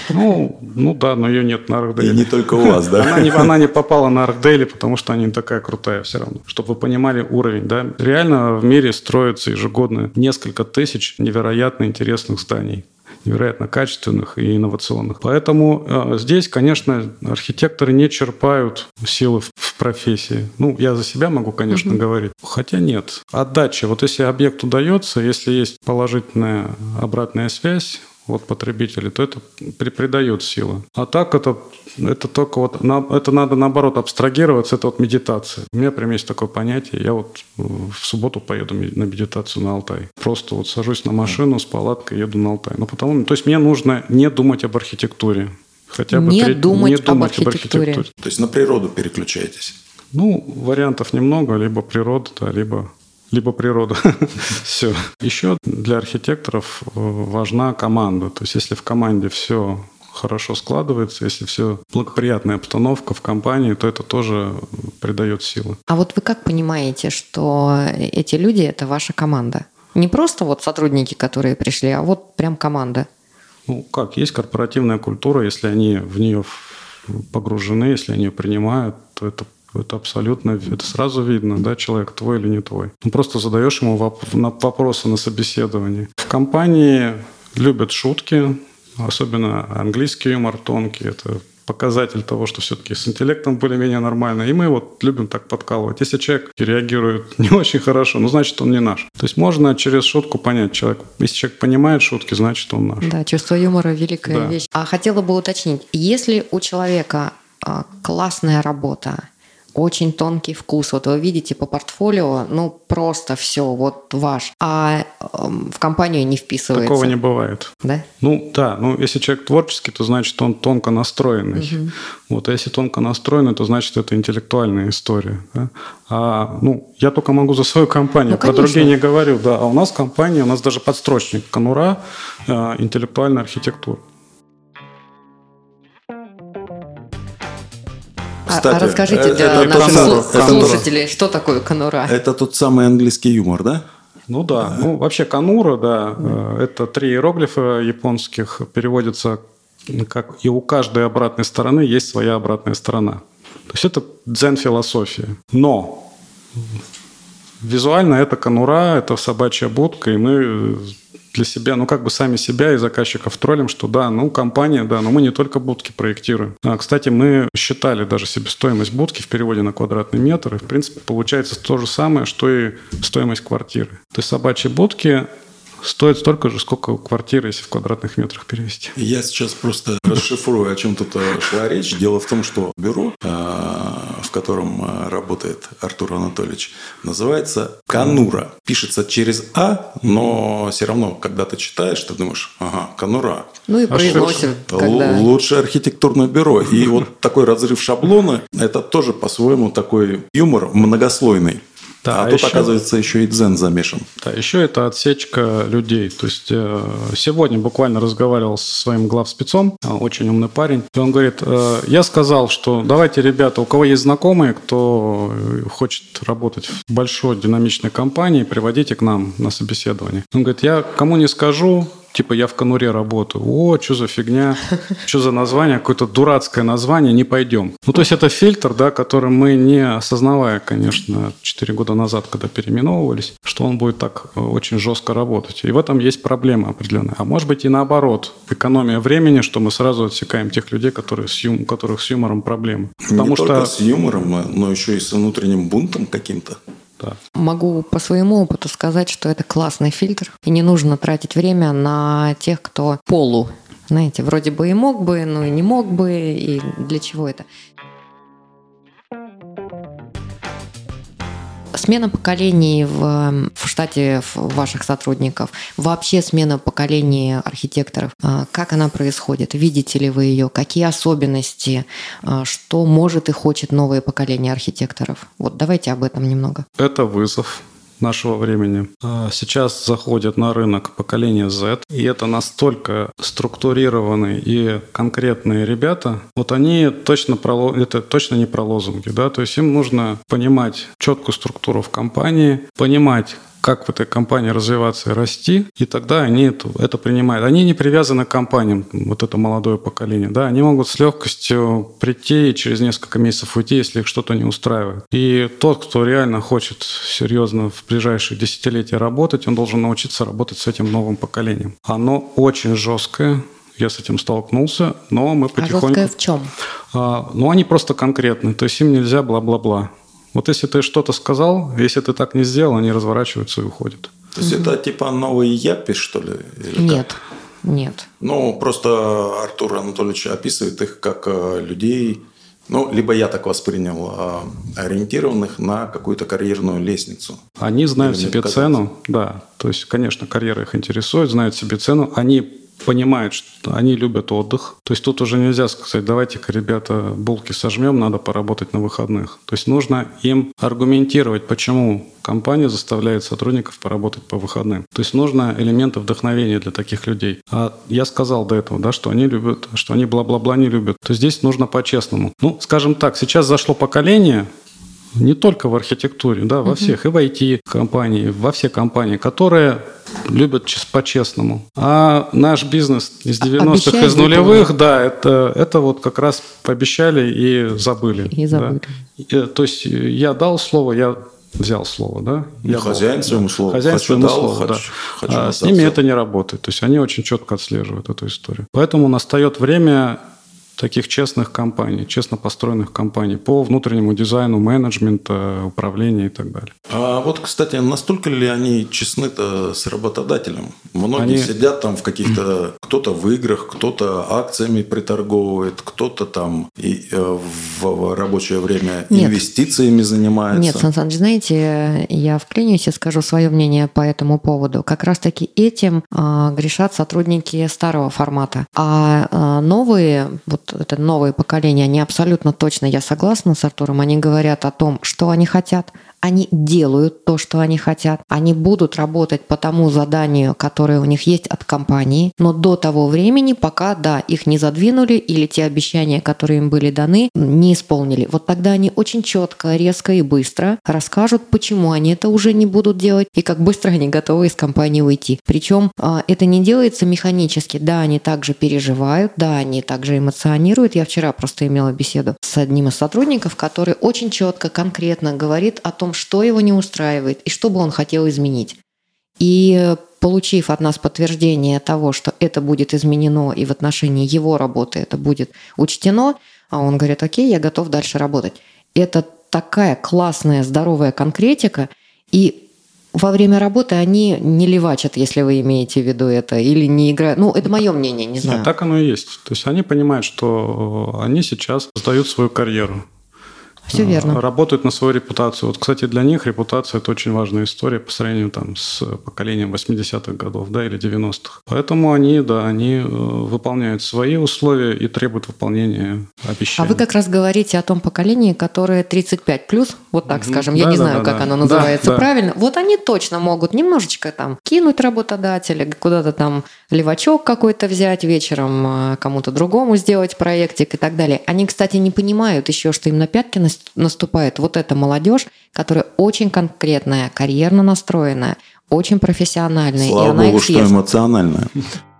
Ну, ну да, но ее нет на ArchDaily. И не только у вас, да? Она не, она не попала на ArchDaily, потому что она не такая крутая все равно. Чтобы вы понимали уровень, да. Реально в мире строится ежегодно несколько тысяч невероятно интересных зданий. Невероятно качественных и инновационных. Поэтому э, здесь, конечно, архитекторы не черпают силы в, в профессии. Ну, я за себя могу, конечно, uh-huh. говорить. Хотя нет. Отдача. Вот если объект удается, если есть положительная обратная связь от потребителей, то это придает силы. А так это, это только вот, это надо наоборот абстрагироваться, это вот медитация. У меня прям есть такое понятие, я вот в субботу поеду на медитацию на Алтай. Просто вот сажусь на машину с палаткой, еду на Алтай. Ну, потому, то есть мне нужно не думать об архитектуре. Хотя бы не, три, думать, не думать об архитектуре. об архитектуре. То есть на природу переключаетесь? Ну, вариантов немного, либо природа, да, либо... либо природа. Все. Еще для архитекторов важна команда. То есть если в команде все хорошо складывается, если все благоприятная обстановка в компании, то это тоже придает силы. А вот вы как понимаете, что эти люди – это ваша команда? Не просто вот сотрудники, которые пришли, а вот прям команда? Ну как, есть корпоративная культура, если они в нее погружены, если они ее принимают, то это Это абсолютно, это сразу видно, да, человек твой или не твой. Ну, просто задаешь ему воп- вопросы на собеседовании. В компании любят шутки, особенно английский юмор тонкий. Это показатель того, что все-таки с интеллектом более-менее нормально. И мы вот любим так подкалывать. Если человек реагирует не очень хорошо, ну, значит, он не наш. То есть можно через шутку понять человека. Если человек понимает шутки, значит, он наш. Да, чувство юмора – великая да. вещь. А хотела бы уточнить, если у человека а, классная работа, очень тонкий вкус. Вот вы видите по портфолио, ну просто все, вот ваш. А э, в компанию не вписывается. Такого не бывает. Да? Ну да, ну если человек творческий, то значит он тонко настроенный. Угу. Вот, а если тонко настроенный, то значит это интеллектуальная история. Да? А, ну, я только могу за свою компанию, ну, про другие не говорю. Да. А у нас компания, у нас даже подстрочник конура, э, интеллектуальная архитектура. Кстати, а расскажите для это наших конура, слушателей, это, что такое конура? Это тот самый английский юмор, да? Ну да. Ну, вообще конура, да, это три иероглифа японских, переводится как и у каждой обратной стороны есть своя обратная сторона. То есть это дзен-философия. Но визуально это конура, это собачья будка, и мы для себя, ну как бы сами себя и заказчиков троллим, что да, ну компания, да, но мы не только будки проектируем. А, кстати, мы считали даже себестоимость будки в переводе на квадратный метр, и в принципе получается то же самое, что и стоимость квартиры. То есть собачьи будки стоят столько же, сколько квартира, если в квадратных метрах перевести. Я сейчас просто расшифрую, о чем тут шла речь. Дело в том, что бюро, в котором работает Артур Анатольевич, называется «Конура». Пишется через «а», но все равно, когда ты читаешь, ты думаешь, ага, «Конура». Ну и произносит. Когда... Лучшее архитектурное бюро. И вот такой разрыв шаблона, это тоже по-своему такой юмор многослойный. Да, а, а тут, еще, оказывается, еще и дзен замешан. Да, еще это отсечка людей. То есть э, сегодня буквально разговаривал со своим главспецом, очень умный парень, и он говорит, э, я сказал, что давайте, ребята, у кого есть знакомые, кто хочет работать в большой динамичной компании, приводите к нам на собеседование. Он говорит, я кому не скажу, типа я в конуре работаю. О, что за фигня, что за название, какое-то дурацкое название, не пойдем. Ну, то есть это фильтр, да, который мы не осознавая, конечно, четыре года назад, когда переименовывались, что он будет так очень жестко работать. И в этом есть проблема определенная. А может быть и наоборот, экономия времени, что мы сразу отсекаем тех людей, которые с юм... у которых с юмором проблемы. Потому не что... только с юмором, но еще и с внутренним бунтом каким-то. Да. Могу по своему опыту сказать, что это классный фильтр, и не нужно тратить время на тех, кто полу. Знаете, вроде бы и мог бы, но и не мог бы, и для чего это? Смена поколений в, в штате ваших сотрудников, вообще смена поколений архитекторов, как она происходит? Видите ли вы ее? Какие особенности? Что может и хочет новое поколение архитекторов? Вот давайте об этом немного. Это вызов нашего времени. Сейчас заходит на рынок поколение Z, и это настолько структурированные и конкретные ребята, вот они точно про, это точно не про лозунги, да, то есть им нужно понимать четкую структуру в компании, понимать, как в этой компании развиваться и расти, и тогда они это, это принимают. Они не привязаны к компаниям, вот это молодое поколение, да, они могут с легкостью прийти и через несколько месяцев уйти, если их что-то не устраивает. И тот, кто реально хочет серьезно в ближайшие десятилетия работать, он должен научиться работать с этим новым поколением. Оно очень жесткое, я с этим столкнулся, но мы потихоньку... А жесткое в чем? А, ну, они просто конкретные, то есть им нельзя бла-бла-бла. Вот если ты что-то сказал, если ты так не сделал, они разворачиваются и уходят. То есть угу. это типа новые япи, что ли? Или нет, как? нет. Ну, просто Артур Анатольевич описывает их как людей, ну, либо я так воспринял, ориентированных на какую-то карьерную лестницу. Они знают себе цену, да. То есть, конечно, карьера их интересует, знают себе цену. Они понимают, что они любят отдых. То есть тут уже нельзя сказать, давайте-ка, ребята, булки сожмем, надо поработать на выходных. То есть нужно им аргументировать, почему компания заставляет сотрудников поработать по выходным. То есть нужно элементы вдохновения для таких людей. А я сказал до этого, да, что они любят, что они бла-бла-бла не любят. То здесь нужно по-честному. Ну, скажем так, сейчас зашло поколение, не только в архитектуре, да, во uh-huh. всех, и в ай ти-компании, во все компании, которые любят по-честному. А наш бизнес из девяностых, из нулевых, да, это, это вот как раз пообещали и забыли. И забыли. Да. И, то есть я дал слово, я взял слово, да? Я хозяин своему слову. Хозяин хочу своему дал, слову, хочу, да. хочу а с ними это не работает. То есть они очень четко отслеживают эту историю. Поэтому настает время таких честных компаний, честно построенных компаний по внутреннему дизайну, менеджмента, управления и так далее. А вот, кстати, настолько ли они честны-то с работодателем? Многие они... сидят там в каких-то... Кто-то в играх, кто-то акциями приторговывает, кто-то там и, э, в рабочее время Нет. инвестициями занимается. Нет, Сан Саныч, знаете, я вклинюсь и скажу свое мнение по этому поводу. Как раз-таки этим э, грешат сотрудники старого формата. А э, новые... Вот это новое поколение, они абсолютно точно, я согласна с Артуром, они говорят о том, что они хотят, они делают то, что они хотят, они будут работать по тому заданию, которое у них есть от компании, но до того времени, пока, да, их не задвинули или те обещания, которые им были даны, не исполнили. Вот тогда они очень четко, резко и быстро расскажут, почему они это уже не будут делать и как быстро они готовы из компании уйти. Причем это не делается механически. Да, они также переживают, да, они также эмоционируют. Я вчера просто имела беседу с одним из сотрудников, который очень четко, конкретно говорит о том, что его не устраивает и что бы он хотел изменить. И получив от нас подтверждение того, что это будет изменено и в отношении его работы это будет учтено, он говорит, окей, я готов дальше работать. Это такая классная, здоровая конкретика, и во время работы они не левачат, если вы имеете в виду это, или не играют. Ну, это мое мнение, не знаю. Нет, так оно и есть. То есть они понимают, что они сейчас создают свою карьеру. Все верно. Работают на свою репутацию. Вот, кстати, для них репутация – это очень важная история по сравнению там, с поколением восьмидесятых годов, да, или девяностых. Поэтому они, да, они выполняют свои условия и требуют выполнения обещаний. А вы как раз говорите о том поколении, которое тридцать пять плюс, вот так скажем. Я да, не да, знаю, да, как да. оно называется да, правильно. Да. Вот они точно могут немножечко там кинуть работодателя, куда-то там левачок какой-то взять, вечером кому-то другому сделать проектик и так далее. Они, кстати, не понимают еще, что им на пятки наступает вот эта молодежь, которая очень конкретная, карьерно настроенная, очень профессиональная. Слава и она богу, их что съест. эмоциональная.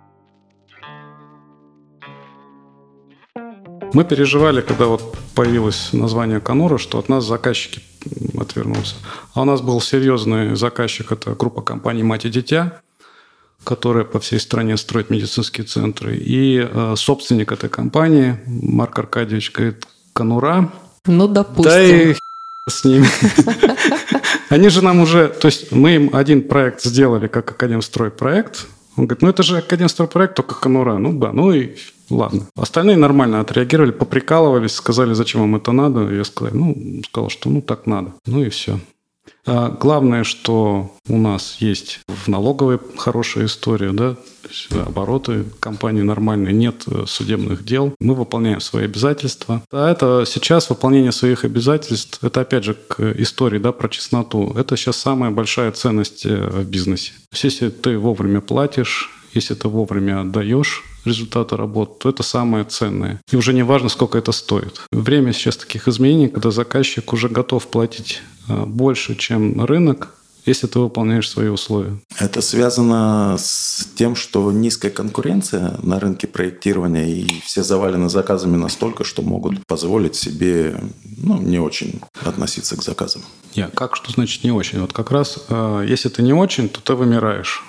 Мы переживали, когда вот появилось название Конура, что от нас заказчики отвернутся. А у нас был серьезный заказчик, это группа компаний «Мать и дитя», которая по всей стране строит медицинские центры. И э, собственник этой компании, Марк Аркадьевич, говорит, Конура... Ну, допустим. Да и с ними. Они же нам уже... То есть мы им один проект сделали, как Академстройпроект. Он говорит, ну это же Академстройпроект, только Конура. Ну да, ну и ладно. Остальные нормально отреагировали, поприкалывались, сказали, зачем вам это надо. Я сказал, ну, сказал, что ну так надо. Ну и все. А главное, что у нас есть в налоговой хорошая история, да, обороты компании нормальные, нет судебных дел, мы выполняем свои обязательства. А это сейчас выполнение своих обязательств, это опять же к истории, да, про честноту, это сейчас самая большая ценность в бизнесе. То есть если ты вовремя платишь, если ты вовремя отдаешь результаты работ, то это самое ценное. И уже не важно, сколько это стоит. Время сейчас таких изменений, когда заказчик уже готов платить больше, чем рынок, если ты выполняешь свои условия. Это связано с тем, что низкая конкуренция на рынке проектирования, и все завалены заказами настолько, что могут позволить себе, ну, не очень относиться к заказам. Я, как, что значит не очень? Вот как раз, если ты не очень, то ты вымираешь.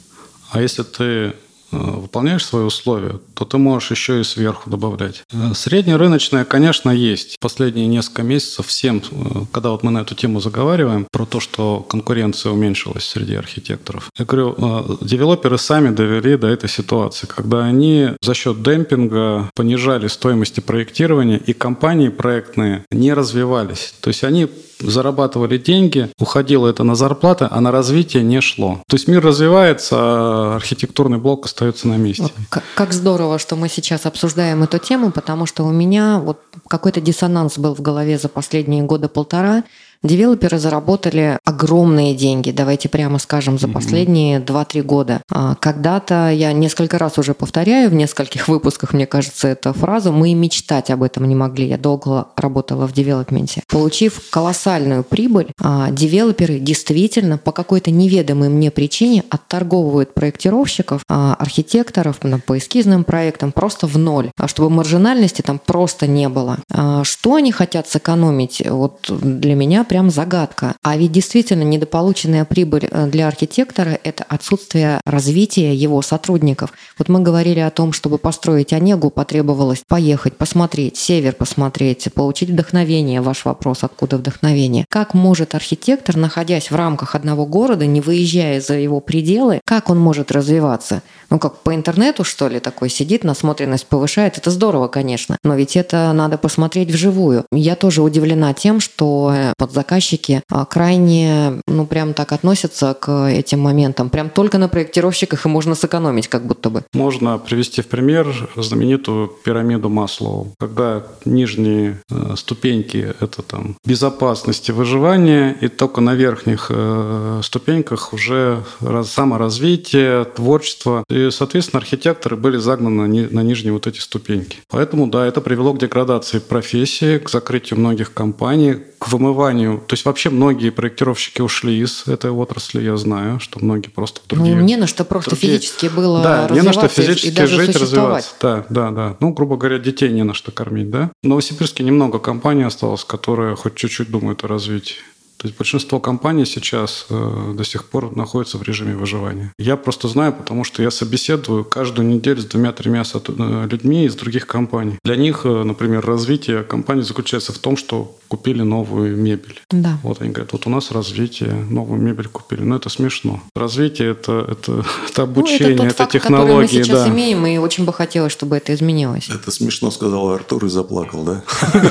А если ты выполняешь свои условия, то ты можешь еще и сверху добавлять. Среднерыночная, конечно, есть. Последние несколько месяцев всем, когда вот мы на эту тему заговариваем, про то, что конкуренция уменьшилась среди архитекторов, я говорю, девелоперы сами довели до этой ситуации, когда они за счет демпинга понижали стоимости проектирования, и компании проектные не развивались. То есть они зарабатывали деньги, уходило это на зарплаты, а на развитие не шло. То есть мир развивается, а архитектурный блок остается на месте. Вот, как, как здорово, что мы сейчас обсуждаем эту тему, потому что у меня вот какой-то диссонанс был в голове за последние года полтора. Девелоперы заработали огромные деньги, давайте прямо скажем, за последние два-три года. Когда-то, я несколько раз уже повторяю, в нескольких выпусках, мне кажется, эту фразу, мы и мечтать об этом не могли. Я долго работала в девелопменте. Получив колоссальную прибыль, девелоперы действительно по какой-то неведомой мне причине отторговывают проектировщиков, архитекторов по эскизным проектам просто в ноль, чтобы маржинальности там просто не было. Что они хотят сэкономить? Вот для меня прям загадка. А ведь действительно недополученная прибыль для архитектора – это отсутствие развития его сотрудников. Вот мы говорили о том, чтобы построить Онегу, потребовалось поехать, посмотреть, север посмотреть, получить вдохновение. Ваш вопрос, откуда вдохновение? Как может архитектор, находясь в рамках одного города, не выезжая за его пределы, как он может развиваться? Ну, как по интернету, что ли, такой сидит, насмотренность повышает. Это здорово, конечно, но ведь это надо посмотреть вживую. Я тоже удивлена тем, что подзаказчики крайне, ну, прям так относятся к этим моментам. Прям только на проектировщиках и можно сэкономить, как будто бы. Можно привести в пример знаменитую пирамиду Маслоу. Когда нижние э, ступеньки – это там безопасность и выживание, и только на верхних э, ступеньках уже раз, саморазвитие, творчество. И, соответственно, архитекторы были загнаны на, ни, на нижние вот эти ступеньки. Поэтому, да, это привело к деградации профессии, к закрытию многих компаний, к вымыванию. То есть вообще многие проектировщики ушли из этой отрасли, я знаю, что многие просто в другие... Ну, не на что просто другие... физически было да, развиваться, не на что физически и даже жить, существовать. развиваться. Да, да, да. Ну, грубо говоря, детей не на что кормить, да. В Новосибирске немного компаний осталось, которые хоть чуть-чуть думают о развитии. То есть большинство компаний сейчас э, до сих пор находятся в режиме выживания. Я просто знаю, потому что я собеседую каждую неделю с двумя-тремя людьми из других компаний. Для них, э, например, развитие компании заключается в том, что купили новую мебель. Да. Вот они говорят, вот у нас развитие, новую мебель купили. Но это смешно. Развитие это, – это, это обучение, ну, это, тот это факт, технологии. Который мы сейчас да. имеем, и очень бы хотелось, чтобы это изменилось. Это смешно, сказал Артур и заплакал, да?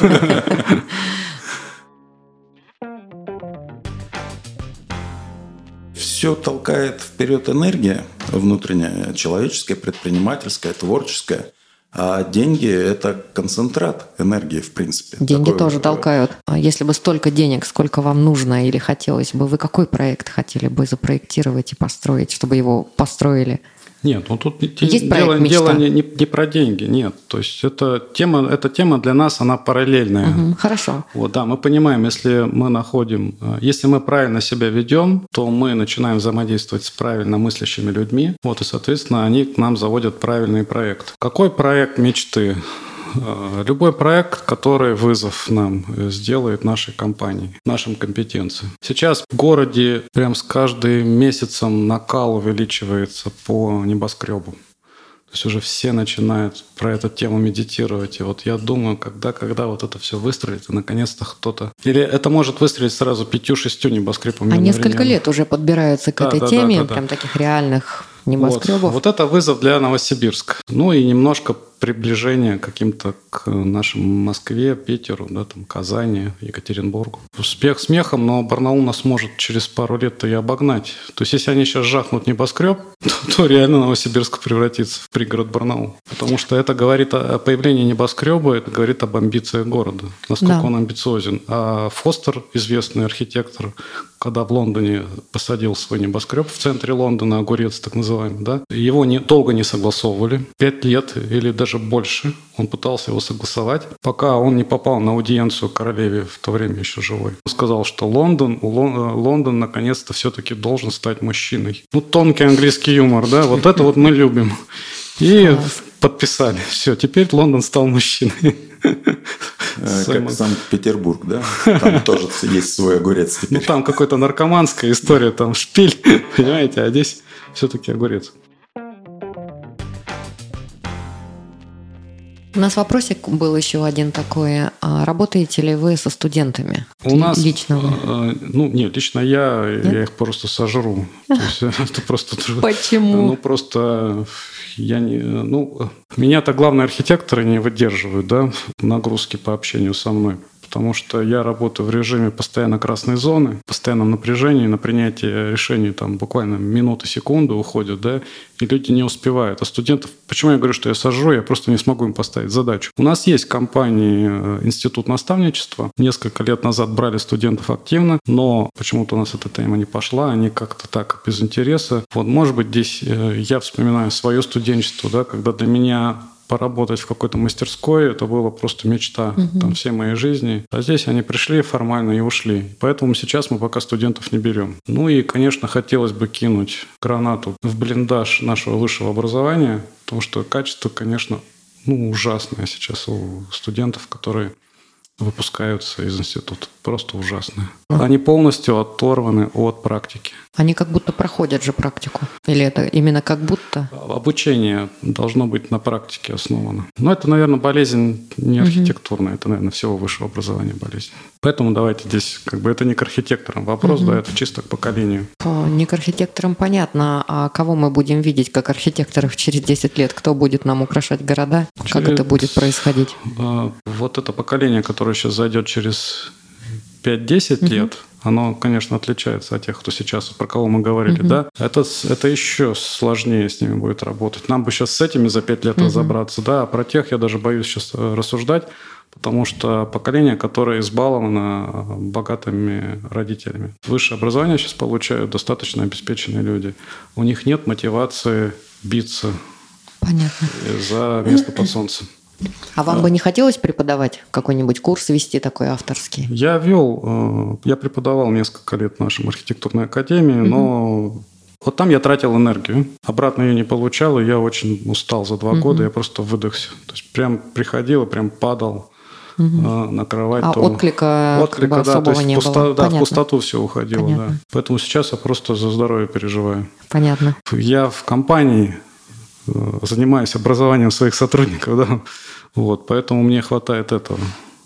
Все толкает вперед энергия внутренняя, человеческая, предпринимательская, творческая. А деньги – это концентрат энергии, в принципе. Деньги Такой... тоже толкают. Если бы столько денег, сколько вам нужно или хотелось бы, вы какой проект хотели бы запроектировать и построить, чтобы его построили? Нет, ну тут Есть дело, дело не, не, не про деньги, нет. То есть это тема, эта тема для нас, она параллельная. Угу, хорошо. Вот, да, мы понимаем, если мы находим, если мы правильно себя ведем, то мы начинаем взаимодействовать с правильно мыслящими людьми, вот, и, соответственно, они к нам заводят правильный проект. Какой проект мечты? Любой проект, который вызов нам сделает нашей компании, нашим компетенциям. Сейчас в городе прям с каждым месяцем накал увеличивается по небоскребу. То есть уже все начинают про эту тему медитировать. И вот я думаю, когда, когда вот это все выстрелит, и наконец-то кто-то... Или это может выстрелить сразу пятью-шестью небоскребами. А несколько лет уже подбираются к да, этой да, теме, да, да, прям да. таких реальных небоскребов. Вот, вот это вызов для Новосибирска. Ну и немножко приближение каким-то к нашим Москве, Питеру, да, там, Казани, Екатеринбургу. Успех смехом, но Барнаул нас может через пару лет-то и обогнать. То есть, если они сейчас жахнут небоскреб, то, то реально Новосибирск превратится в пригород Барнаул. Потому что это говорит о появлении небоскреба, это говорит об амбициях города, насколько Да. он амбициозен. А Фостер, известный архитектор, когда в Лондоне посадил свой небоскреб в центре Лондона, огурец так называемый, да, его не, долго не согласовывали, пять лет или даже больше он пытался его согласовать, пока он не попал на аудиенцию королеве, в то время еще живой. Он сказал, что Лондон, у Лон- Лондон наконец-то все-таки должен стать мужчиной. Ну, тонкий английский юмор, да, вот это вот мы любим. И Класс. подписали. Все, теперь Лондон стал мужчиной. Э, Как Санкт-Петербург, да? Там тоже есть свой огурец Ну, теперь. там какая-то наркоманская история, там шпиль, понимаете, а здесь все-таки огурец. У нас вопросик был еще один такой. А работаете ли вы со студентами? У нас, Лично вы? э, ну, нет, лично я, Нет? я их просто сожру. То есть это просто... Почему? Ну, просто я не... Ну, меня-то главные архитекторы не выдерживают, да, нагрузки по общению со мной. Потому что я работаю в режиме постоянно красной зоны, постоянном напряжении, на принятие решений там буквально минуты, секунды уходят, да, и люди не успевают. А студентов, почему я говорю, что я сожру, я просто не смогу им поставить задачу. У нас есть в компании институт наставничества. Несколько лет назад брали студентов активно, но почему-то у нас эта тема не пошла, они как-то так без интереса. Вот, может быть, здесь я вспоминаю свое студенчество, да, когда для меня поработать в какой-то мастерской, это было просто мечта Угу. там, всей моей жизни. А здесь они пришли формально и ушли. Поэтому сейчас мы пока студентов не берем. Ну и, конечно, хотелось бы кинуть гранату в блиндаж нашего высшего образования, потому что качество, конечно, ну, ужасное сейчас у студентов, которые выпускаются из института. Просто ужасное. Они полностью оторваны от практики. Они как будто проходят же практику. Или это именно как будто? Обучение должно быть на практике основано. Но это, наверное, болезнь не архитектурная, это, наверное, всего высшего образования болезнь. Поэтому давайте здесь, как бы, это не к архитекторам вопрос, Мгм. да, это чисто к поколению. По- Не к архитекторам понятно, а кого мы будем видеть как архитекторов через десять лет? Кто будет нам украшать города? Как Через- это будет происходить? А, Вот это поколение, которое сейчас зайдет через пять-десять Мгм. лет, оно, конечно, отличается от тех, кто сейчас, про кого мы говорили, Мгм. да. Это, с- это еще сложнее с ними будет работать. Нам бы сейчас с этими за пять лет Мгм. разобраться, да, а про тех я даже боюсь сейчас э, рассуждать, потому что поколение, которое избаловано богатыми родителями. Высшее образование сейчас получают достаточно обеспеченные люди. У них нет мотивации биться Понятно. за место под солнцем. А вам бы не хотелось преподавать какой-нибудь курс вести такой авторский? Я вел, э, я преподавал несколько лет в нашем архитектурной академии, но вот там я тратил энергию, обратно ее не получал, и я очень устал за два Мгм. года, я просто выдохся. То есть прям приходил и прям падал э, на кровать. А то- отклика, Отклика, как бы да, то особого есть не пусто- было? да, в Понятно. пустоту все уходило, да. Понятно. Поэтому сейчас я просто за здоровье переживаю. Понятно. Я в компании э, занимаюсь образованием своих сотрудников, да, вот, поэтому мне хватает этого.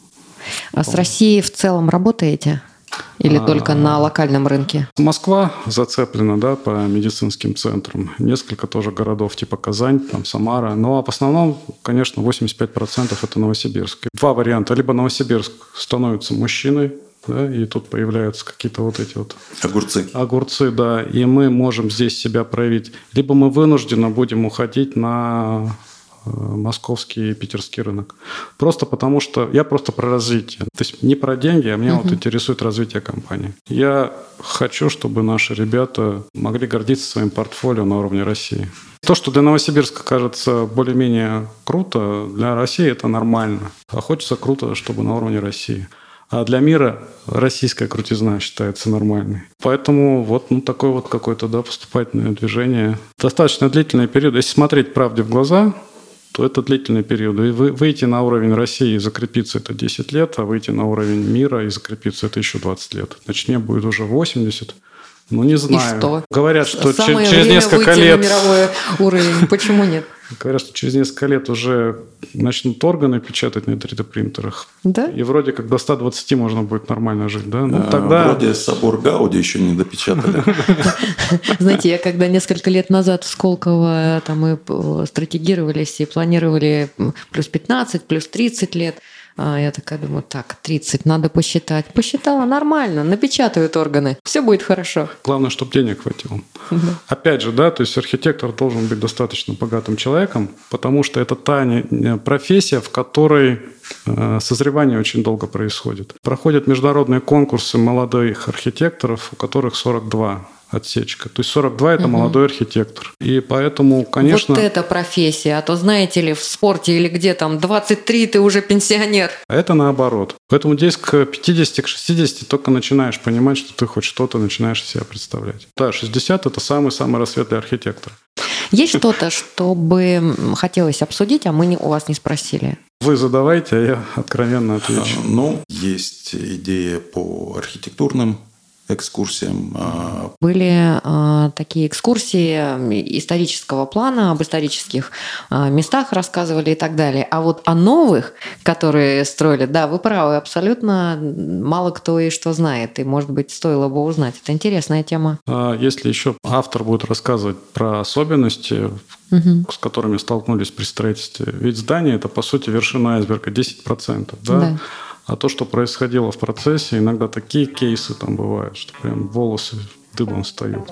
А с Россией в целом работаете? Или А. только на локальном рынке? Москва зацеплена, да, по медицинским центрам. Несколько тоже городов типа Казань, там Самара. Но в основном, конечно, восемьдесят пять процентов это Новосибирск. Два варианта. Либо Новосибирск становится мужчиной, да, и тут появляются какие-то вот эти вот Огурцы. огурцы, да, и мы можем здесь себя проявить. Либо мы вынуждены будем уходить на э, московский и питерский рынок. Просто потому что я просто про развитие. То есть не про деньги, а меня Мгм. вот интересует развитие компании. Я хочу, чтобы наши ребята могли гордиться своим портфолио на уровне России. То, что для Новосибирска кажется более-менее круто, для России это нормально. А хочется круто, чтобы на уровне России. А для мира российская крутизна считается нормальной. Поэтому вот ну, такое вот какое-то да, поступательное движение. Достаточно длительный период. Если смотреть правде в глаза, то это длительный период. И вы, выйти на уровень России и закрепиться – это десять лет, а выйти на уровень мира и закрепиться – это еще двадцать лет. Значит, мне будет уже восемьдесят, Ну, не знаю. И что? Говорят, что Самое через время несколько выйти лет... на мировой уровень. Почему нет? Говорят, что через несколько лет уже начнут органы печатать на три дэ-принтерах. Да? И вроде как до ста двадцати можно будет нормально жить, да? Ну, А, тогда... Вроде собор Гауди еще не допечатали. Знаете, я когда несколько лет назад в Сколково там мы стратегировались и планировали плюс пятнадцать, плюс тридцать лет, я такая думаю, так, тридцать, надо посчитать. Посчитала, нормально, напечатают органы, все будет хорошо. Главное, чтобы денег хватило. Опять же, да, то есть архитектор должен быть достаточно богатым человеком, потому что это та профессия, в которой созревание очень долго происходит. Проходят международные конкурсы молодых архитекторов, у которых сорок два отсечка. То есть сорок два – это угу. молодой архитектор. И поэтому, конечно... Вот это профессия. А то, знаете ли, в спорте или где там двадцать три ты уже пенсионер. А это наоборот. Поэтому здесь к пятидесяти, к шестидесяти только начинаешь понимать, что ты хоть что-то начинаешь себя представлять. Да, шестьдесят – это самый-самый рассвет для архитектора. Есть что-то, что бы хотелось обсудить, а мы не, у вас не спросили? Вы задавайте, а я откровенно отвечу. Ну, есть идея по архитектурным экскурсиям. Были э, такие экскурсии исторического плана, об исторических э, местах рассказывали и так далее. А вот о новых, которые строили, да, вы правы, абсолютно мало кто и что знает. И, может быть, стоило бы узнать. Это интересная тема. Если еще автор будет рассказывать про особенности, угу. с которыми столкнулись при строительстве. Ведь здание – это, по сути, вершина айсберга, десять процентов. Да? Да. А то, что происходило в процессе, иногда такие кейсы там бывают, что прям волосы дыбом встают.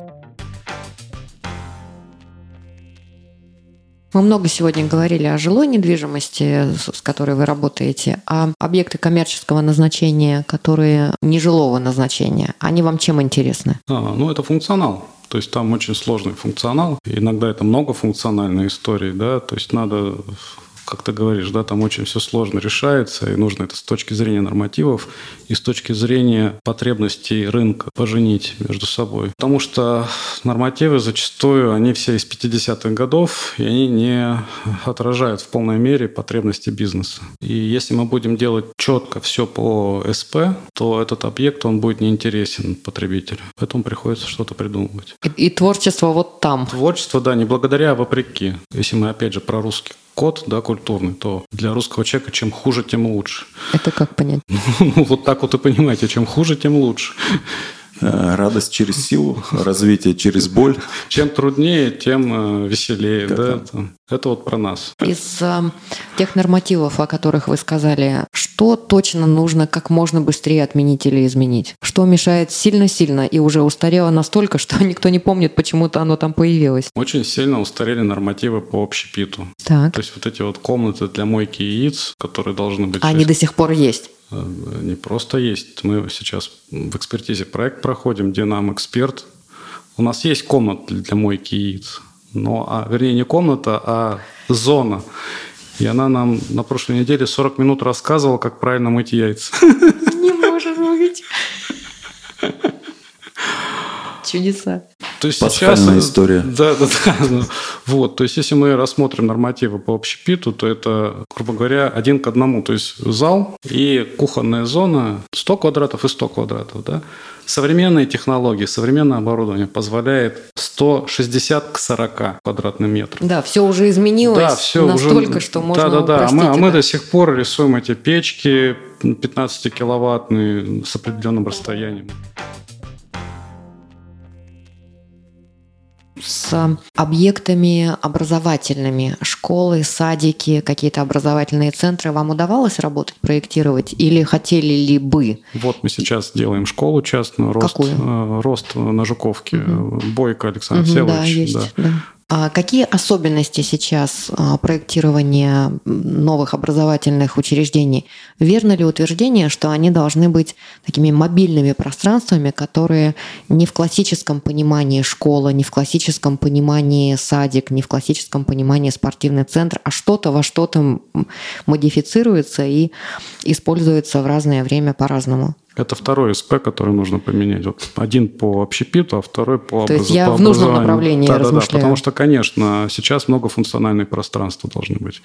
Мы много сегодня говорили о жилой недвижимости, с которой вы работаете, а объекты коммерческого назначения, которые нежилого назначения, они вам чем интересны? А, ну, это функционал. То есть там очень сложный функционал. Иногда это многофункциональные истории, да, то есть надо... Как ты говоришь, да, там очень все сложно решается, и нужно это с точки зрения нормативов и с точки зрения потребностей рынка поженить между собой. Потому что нормативы зачастую, они все из пятидесятых годов, и они не отражают в полной мере потребности бизнеса. И если мы будем делать четко все по СП, то этот объект, он будет неинтересен потребителю. Поэтому приходится что-то придумывать. И, и творчество вот там. Творчество, да, не благодаря, а вопреки. Если мы, опять же, про русский код, да, культурный, то для русского человека чем хуже, тем лучше. Это как понять? Ну, вот так вот и понимаете, чем хуже, тем лучше. Радость через силу, развитие через боль. Чем труднее, тем веселее. Да? Это вот про нас. Из э, тех нормативов, о которых вы сказали, что точно нужно как можно быстрее отменить или изменить? Что мешает сильно-сильно и уже устарело настолько, что никто не помнит, почему-то оно там появилось? Очень сильно устарели нормативы по общепиту. Так. То есть вот эти вот комнаты для мойки яиц, которые должны быть... Они до сих пор есть? Не просто есть. Мы сейчас в экспертизе проект проходим, где нам эксперт. У нас есть комната для мойки яиц. Но, а, вернее, не комната, а зона. И она нам на прошлой неделе сорок минут рассказывала, как правильно мыть яйца. Не может быть. Чудеса. То есть пасхальная сейчас, история. Да, да, да. Вот, то есть, если мы рассмотрим нормативы по общепиту, то это, грубо говоря, один к одному. То есть зал и кухонная зона сто квадратов и сто квадратов. Да? Современные технологии, современное оборудование позволяет сто шестьдесят к сорока квадратным метрам. Да, все уже изменилось да, все настолько, уже... что можно да, да, да. А мы, а мы это. до сих пор рисуем эти печки пятнадцатикиловаттные с определенным расстоянием. С объектами образовательными, школы, садики, какие-то образовательные центры вам удавалось работать, проектировать или хотели ли бы? Вот мы сейчас делаем школу частную, рост, Какую? рост на Жуковке, угу. Бойко Александр угу, Всеволодович. Да, есть, да. Да. А какие особенности сейчас проектирования новых образовательных учреждений? Верно ли утверждение, что они должны быть такими мобильными пространствами, которые не в классическом понимании школа, не в классическом понимании садик, не в классическом понимании спортивный центр, а что-то во что-то модифицируется и используется в разное время по-разному? Это второй СП, который нужно поменять. Вот один по общепиту, а второй по, То образ... есть я по в нужном образованию. направлении да, размышляю. Да, да, потому что, конечно, сейчас многофункциональные пространства должны быть.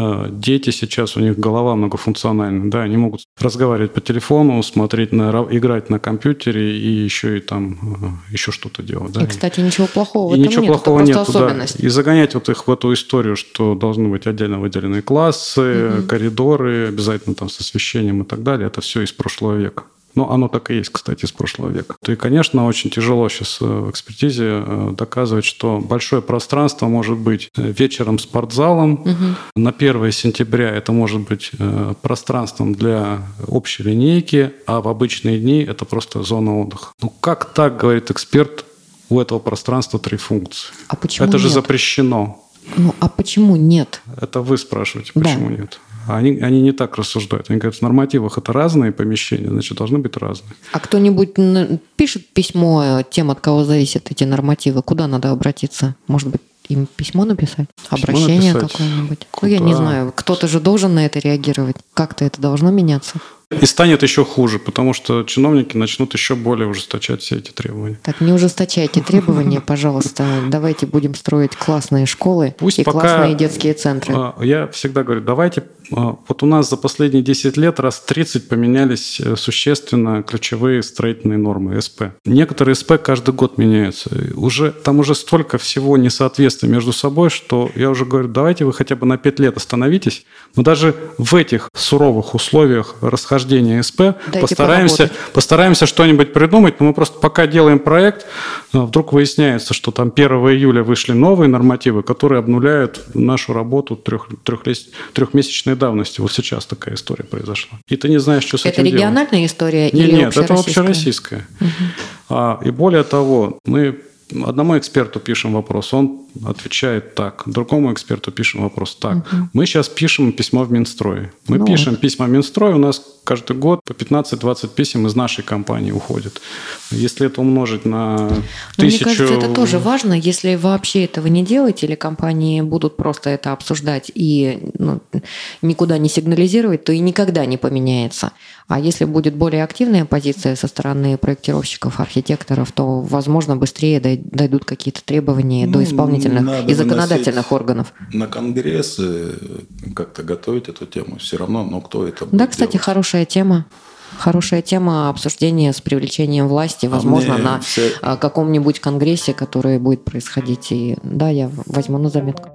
Дети сейчас, у них голова многофункциональная. Да, они могут разговаривать по телефону, смотреть на, играть на компьютере и еще и там еще что-то делать. Да. И, кстати, ничего плохого и в этом ничего нет. плохого Это нет. просто особенность. Да. И загонять вот их в эту историю, что должны быть отдельно выделенные классы, угу. коридоры, обязательно там с освещением и так далее, это все из прошлого века. Ну, оно так и есть, кстати, из прошлого века. И, конечно, очень тяжело сейчас в экспертизе доказывать, что большое пространство может быть вечером спортзалом. Угу. На первое сентября это может быть пространством для общей линейки, а в обычные дни это просто зона отдыха. Ну, как так, говорит эксперт, у этого пространства три функции? А почему это же нет? запрещено. Ну, а почему нет? Это вы спрашиваете, почему да. нет? Они, они не так рассуждают. Они говорят, в нормативах это разные помещения, значит, должны быть разные. А кто-нибудь пишет письмо тем, от кого зависят эти нормативы? Куда надо обратиться? Может быть, им письмо написать? Письмо Обращение написать. Какое-нибудь? Куда? Ну, я не знаю. Кто-то же должен на это реагировать. Как-то это должно меняться. И станет еще хуже, потому что чиновники начнут еще более ужесточать все эти требования. Так, не ужесточайте требования, пожалуйста. Давайте будем строить классные школы Пусть и пока, классные детские центры. Я всегда говорю, давайте... Вот у нас за последние десять лет раз тридцать поменялись существенно ключевые строительные нормы СП. Некоторые СП каждый год меняются. Уже, там уже столько всего несоответствий между собой, что я уже говорю, давайте вы хотя бы на пять лет остановитесь. Но даже в этих суровых условиях расхождения СП постараемся, постараемся что-нибудь придумать. Но мы просто пока делаем проект, вдруг выясняется, что там первого июля вышли новые нормативы, которые обнуляют нашу работу трех, трехлес, трехмесячной давности. Вот сейчас такая история произошла. И ты не знаешь, что с это этим делать. Это региональная история нет, или нет, общероссийская? это общероссийская. Угу. А, и более того, мы одному эксперту пишем вопрос, он отвечает так, другому эксперту пишем вопрос так. Угу. Мы сейчас пишем письмо в Минстрой. Мы ну пишем вот. письма в Минстрой, у нас каждый год по пятнадцать-двадцать писем из нашей компании уходит. Если это умножить на тысячу... Мне кажется, это тоже важно. Если вообще этого не делать, или компании будут просто это обсуждать и ну, никуда не сигнализировать, то и никогда не поменяется. А если будет более активная позиция со стороны проектировщиков, архитекторов, то, возможно, быстрее дойдут какие-то требования ну, до исполнительных и законодательных органов. На конгрессы как-то готовить эту тему. Все равно, но кто это будет Да, кстати, делать? Хорошая тема. Хорошая тема обсуждения с привлечением власти, возможно, а на все... каком-нибудь конгрессе, который будет происходить. И да, я возьму на заметку.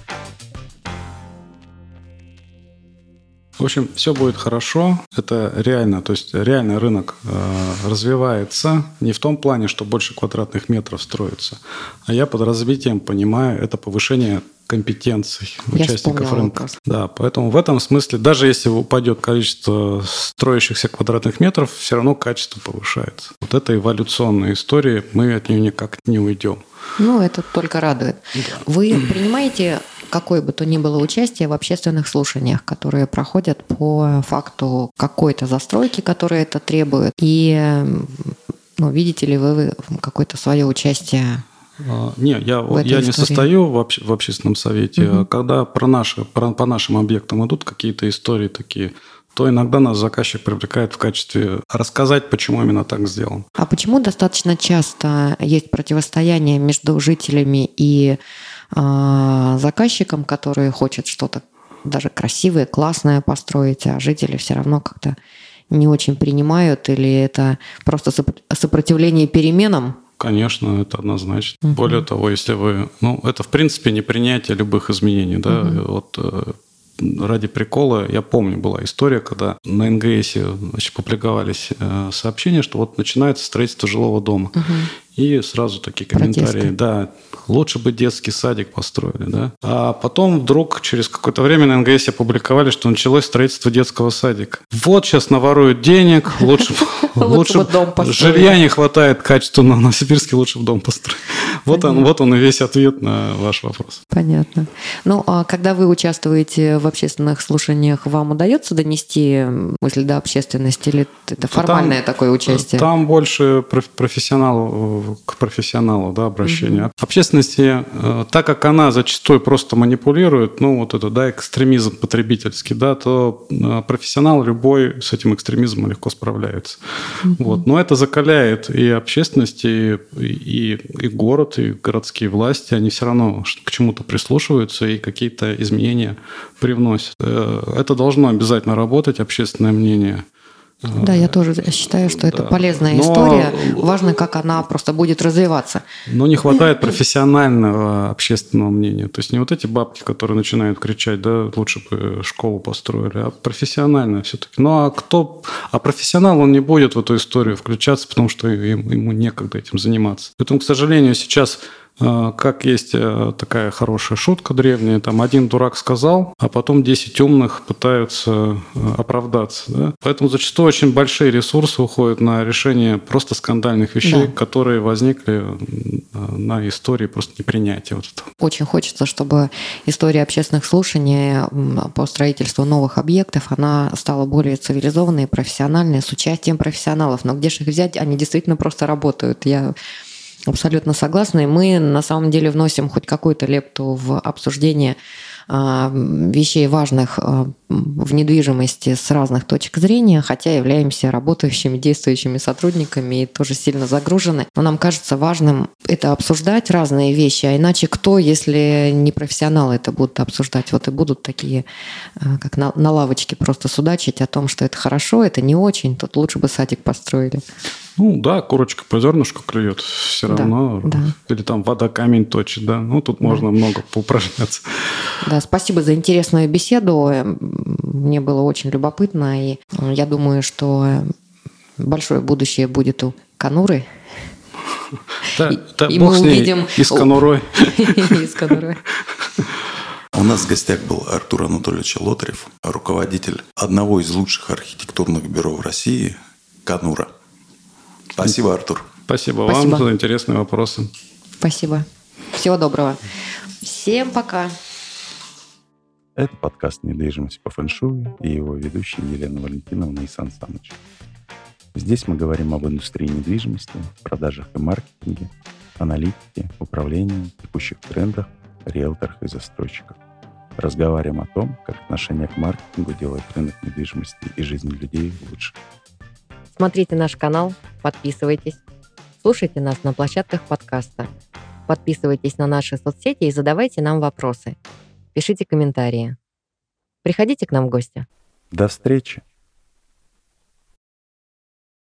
В общем, все будет хорошо. Это реально, то есть реально рынок э, развивается не в том плане, что больше квадратных метров строится, а я под развитием понимаю это повышение компетенций я участников рынка. Вопрос. Да, поэтому в этом смысле, даже если упадет количество строящихся квадратных метров, все равно качество повышается. Вот это эволюционная история, мы от нее никак не уйдем. Ну, это только радует. Да. Вы принимаете какое бы то ни было участие в общественных слушаниях, которые проходят по факту какой-то застройки, которая это требует, и ну, видите ли вы какое-то свое участие? Не, я, я не состою в, обще, в общественном совете. Угу. Когда про наши, про, по нашим объектам идут какие-то истории такие, то иногда нас заказчик привлекает в качестве рассказать, почему именно так сделано. А почему достаточно часто есть противостояние между жителями и э, заказчиком, который хочет что-то даже красивое, классное построить, а жители все равно как-то не очень принимают, или это просто сопротивление переменам? Конечно, это однозначно. Uh-huh. Более того, если вы... Ну, это, в принципе, не принятие любых изменений. Да? Uh-huh. Вот, ради прикола, я помню, была история, когда на эн гэ эсе значит, публиковались сообщения, что вот начинается строительство жилого дома. Uh-huh. И сразу такие комментарии. Протесты. Да, лучше бы детский садик построили. Да? А потом вдруг через какое-то время на эн гэ эсе опубликовали, что началось строительство детского садика. Вот сейчас наворуют денег, лучше жилья не хватает качественного, в Новосибирске лучше в дом построить. Вот он, вот он и весь ответ на ваш вопрос. Понятно. Ну, а когда вы участвуете в общественных слушаниях, вам удается донести мысль до общественности или это формальное такое участие? Там больше профессионалов к профессионалу, да, обращение. Угу. Общественности, так как она зачастую просто манипулирует, ну, вот это, да, экстремизм потребительский, да, то профессионал любой с этим экстремизмом легко справляется. Угу. Вот. Но это закаляет и общественность, и, и, и город, и городские власти, они все равно к чему-то прислушиваются и какие-то изменения привносят. Это должно обязательно работать, общественное мнение. Да, я тоже считаю, что это да. полезная Но, история. Важно, как она просто будет развиваться. Но не хватает профессионального общественного мнения. То есть не вот эти бабки, которые начинают кричать, да, лучше бы школу построили, а профессиональное все-таки. Ну а кто... А профессионал, он не будет в эту историю включаться, потому что ему некогда этим заниматься. Поэтому, к сожалению, сейчас... Как есть такая хорошая шутка древняя, там один дурак сказал, а потом десять умных пытаются оправдаться. Да? Поэтому зачастую очень большие ресурсы уходят на решение просто скандальных вещей, да. которые возникли на истории просто непринятия. Вот этого. Очень хочется, чтобы история общественных слушаний по строительству новых объектов, она стала более цивилизованной, профессиональной, с участием профессионалов. Но где же их взять? Они действительно просто работают. Я абсолютно согласна. И мы на самом деле вносим хоть какую-то лепту в обсуждение вещей важных в недвижимости с разных точек зрения, хотя являемся работающими, действующими сотрудниками и тоже сильно загружены. Но нам кажется важным это обсуждать, разные вещи, а иначе кто, если не профессионалы это будут обсуждать? Вот и будут такие, как на, на лавочке, просто судачить о том, что это хорошо, это не очень, тут лучше бы садик построили. Ну да, курочка по зернышку клюет все да, равно. Да. Или там вода камень точит, да. Ну тут да. можно много поупражняться. Да, спасибо за интересную беседу. Мне было очень любопытно. И я думаю, что большое будущее будет у Конуры. Да, да, бог с ней, и с Конурой. И с Конурой. У нас в гостях был Артур Анатольевич Лотарев, руководитель одного из лучших архитектурных бюро в России «Конура». Спасибо, Артур. Спасибо, Спасибо вам за интересные вопросы. Спасибо. Всего доброго. Всем пока. Это подкаст «Недвижимость по фэншую» и его ведущая Елена Валентиновна и Сан Саныч. Здесь мы говорим об индустрии недвижимости, продажах и маркетинге, аналитике, управлении, текущих трендах, риэлторах и застройщиках. Разговариваем о том, как отношение к маркетингу делает рынок недвижимости и жизнь людей лучше. Смотрите наш канал, подписывайтесь, слушайте нас на площадках подкаста, подписывайтесь на наши соцсети и задавайте нам вопросы. Пишите комментарии. Приходите к нам в гости. До встречи!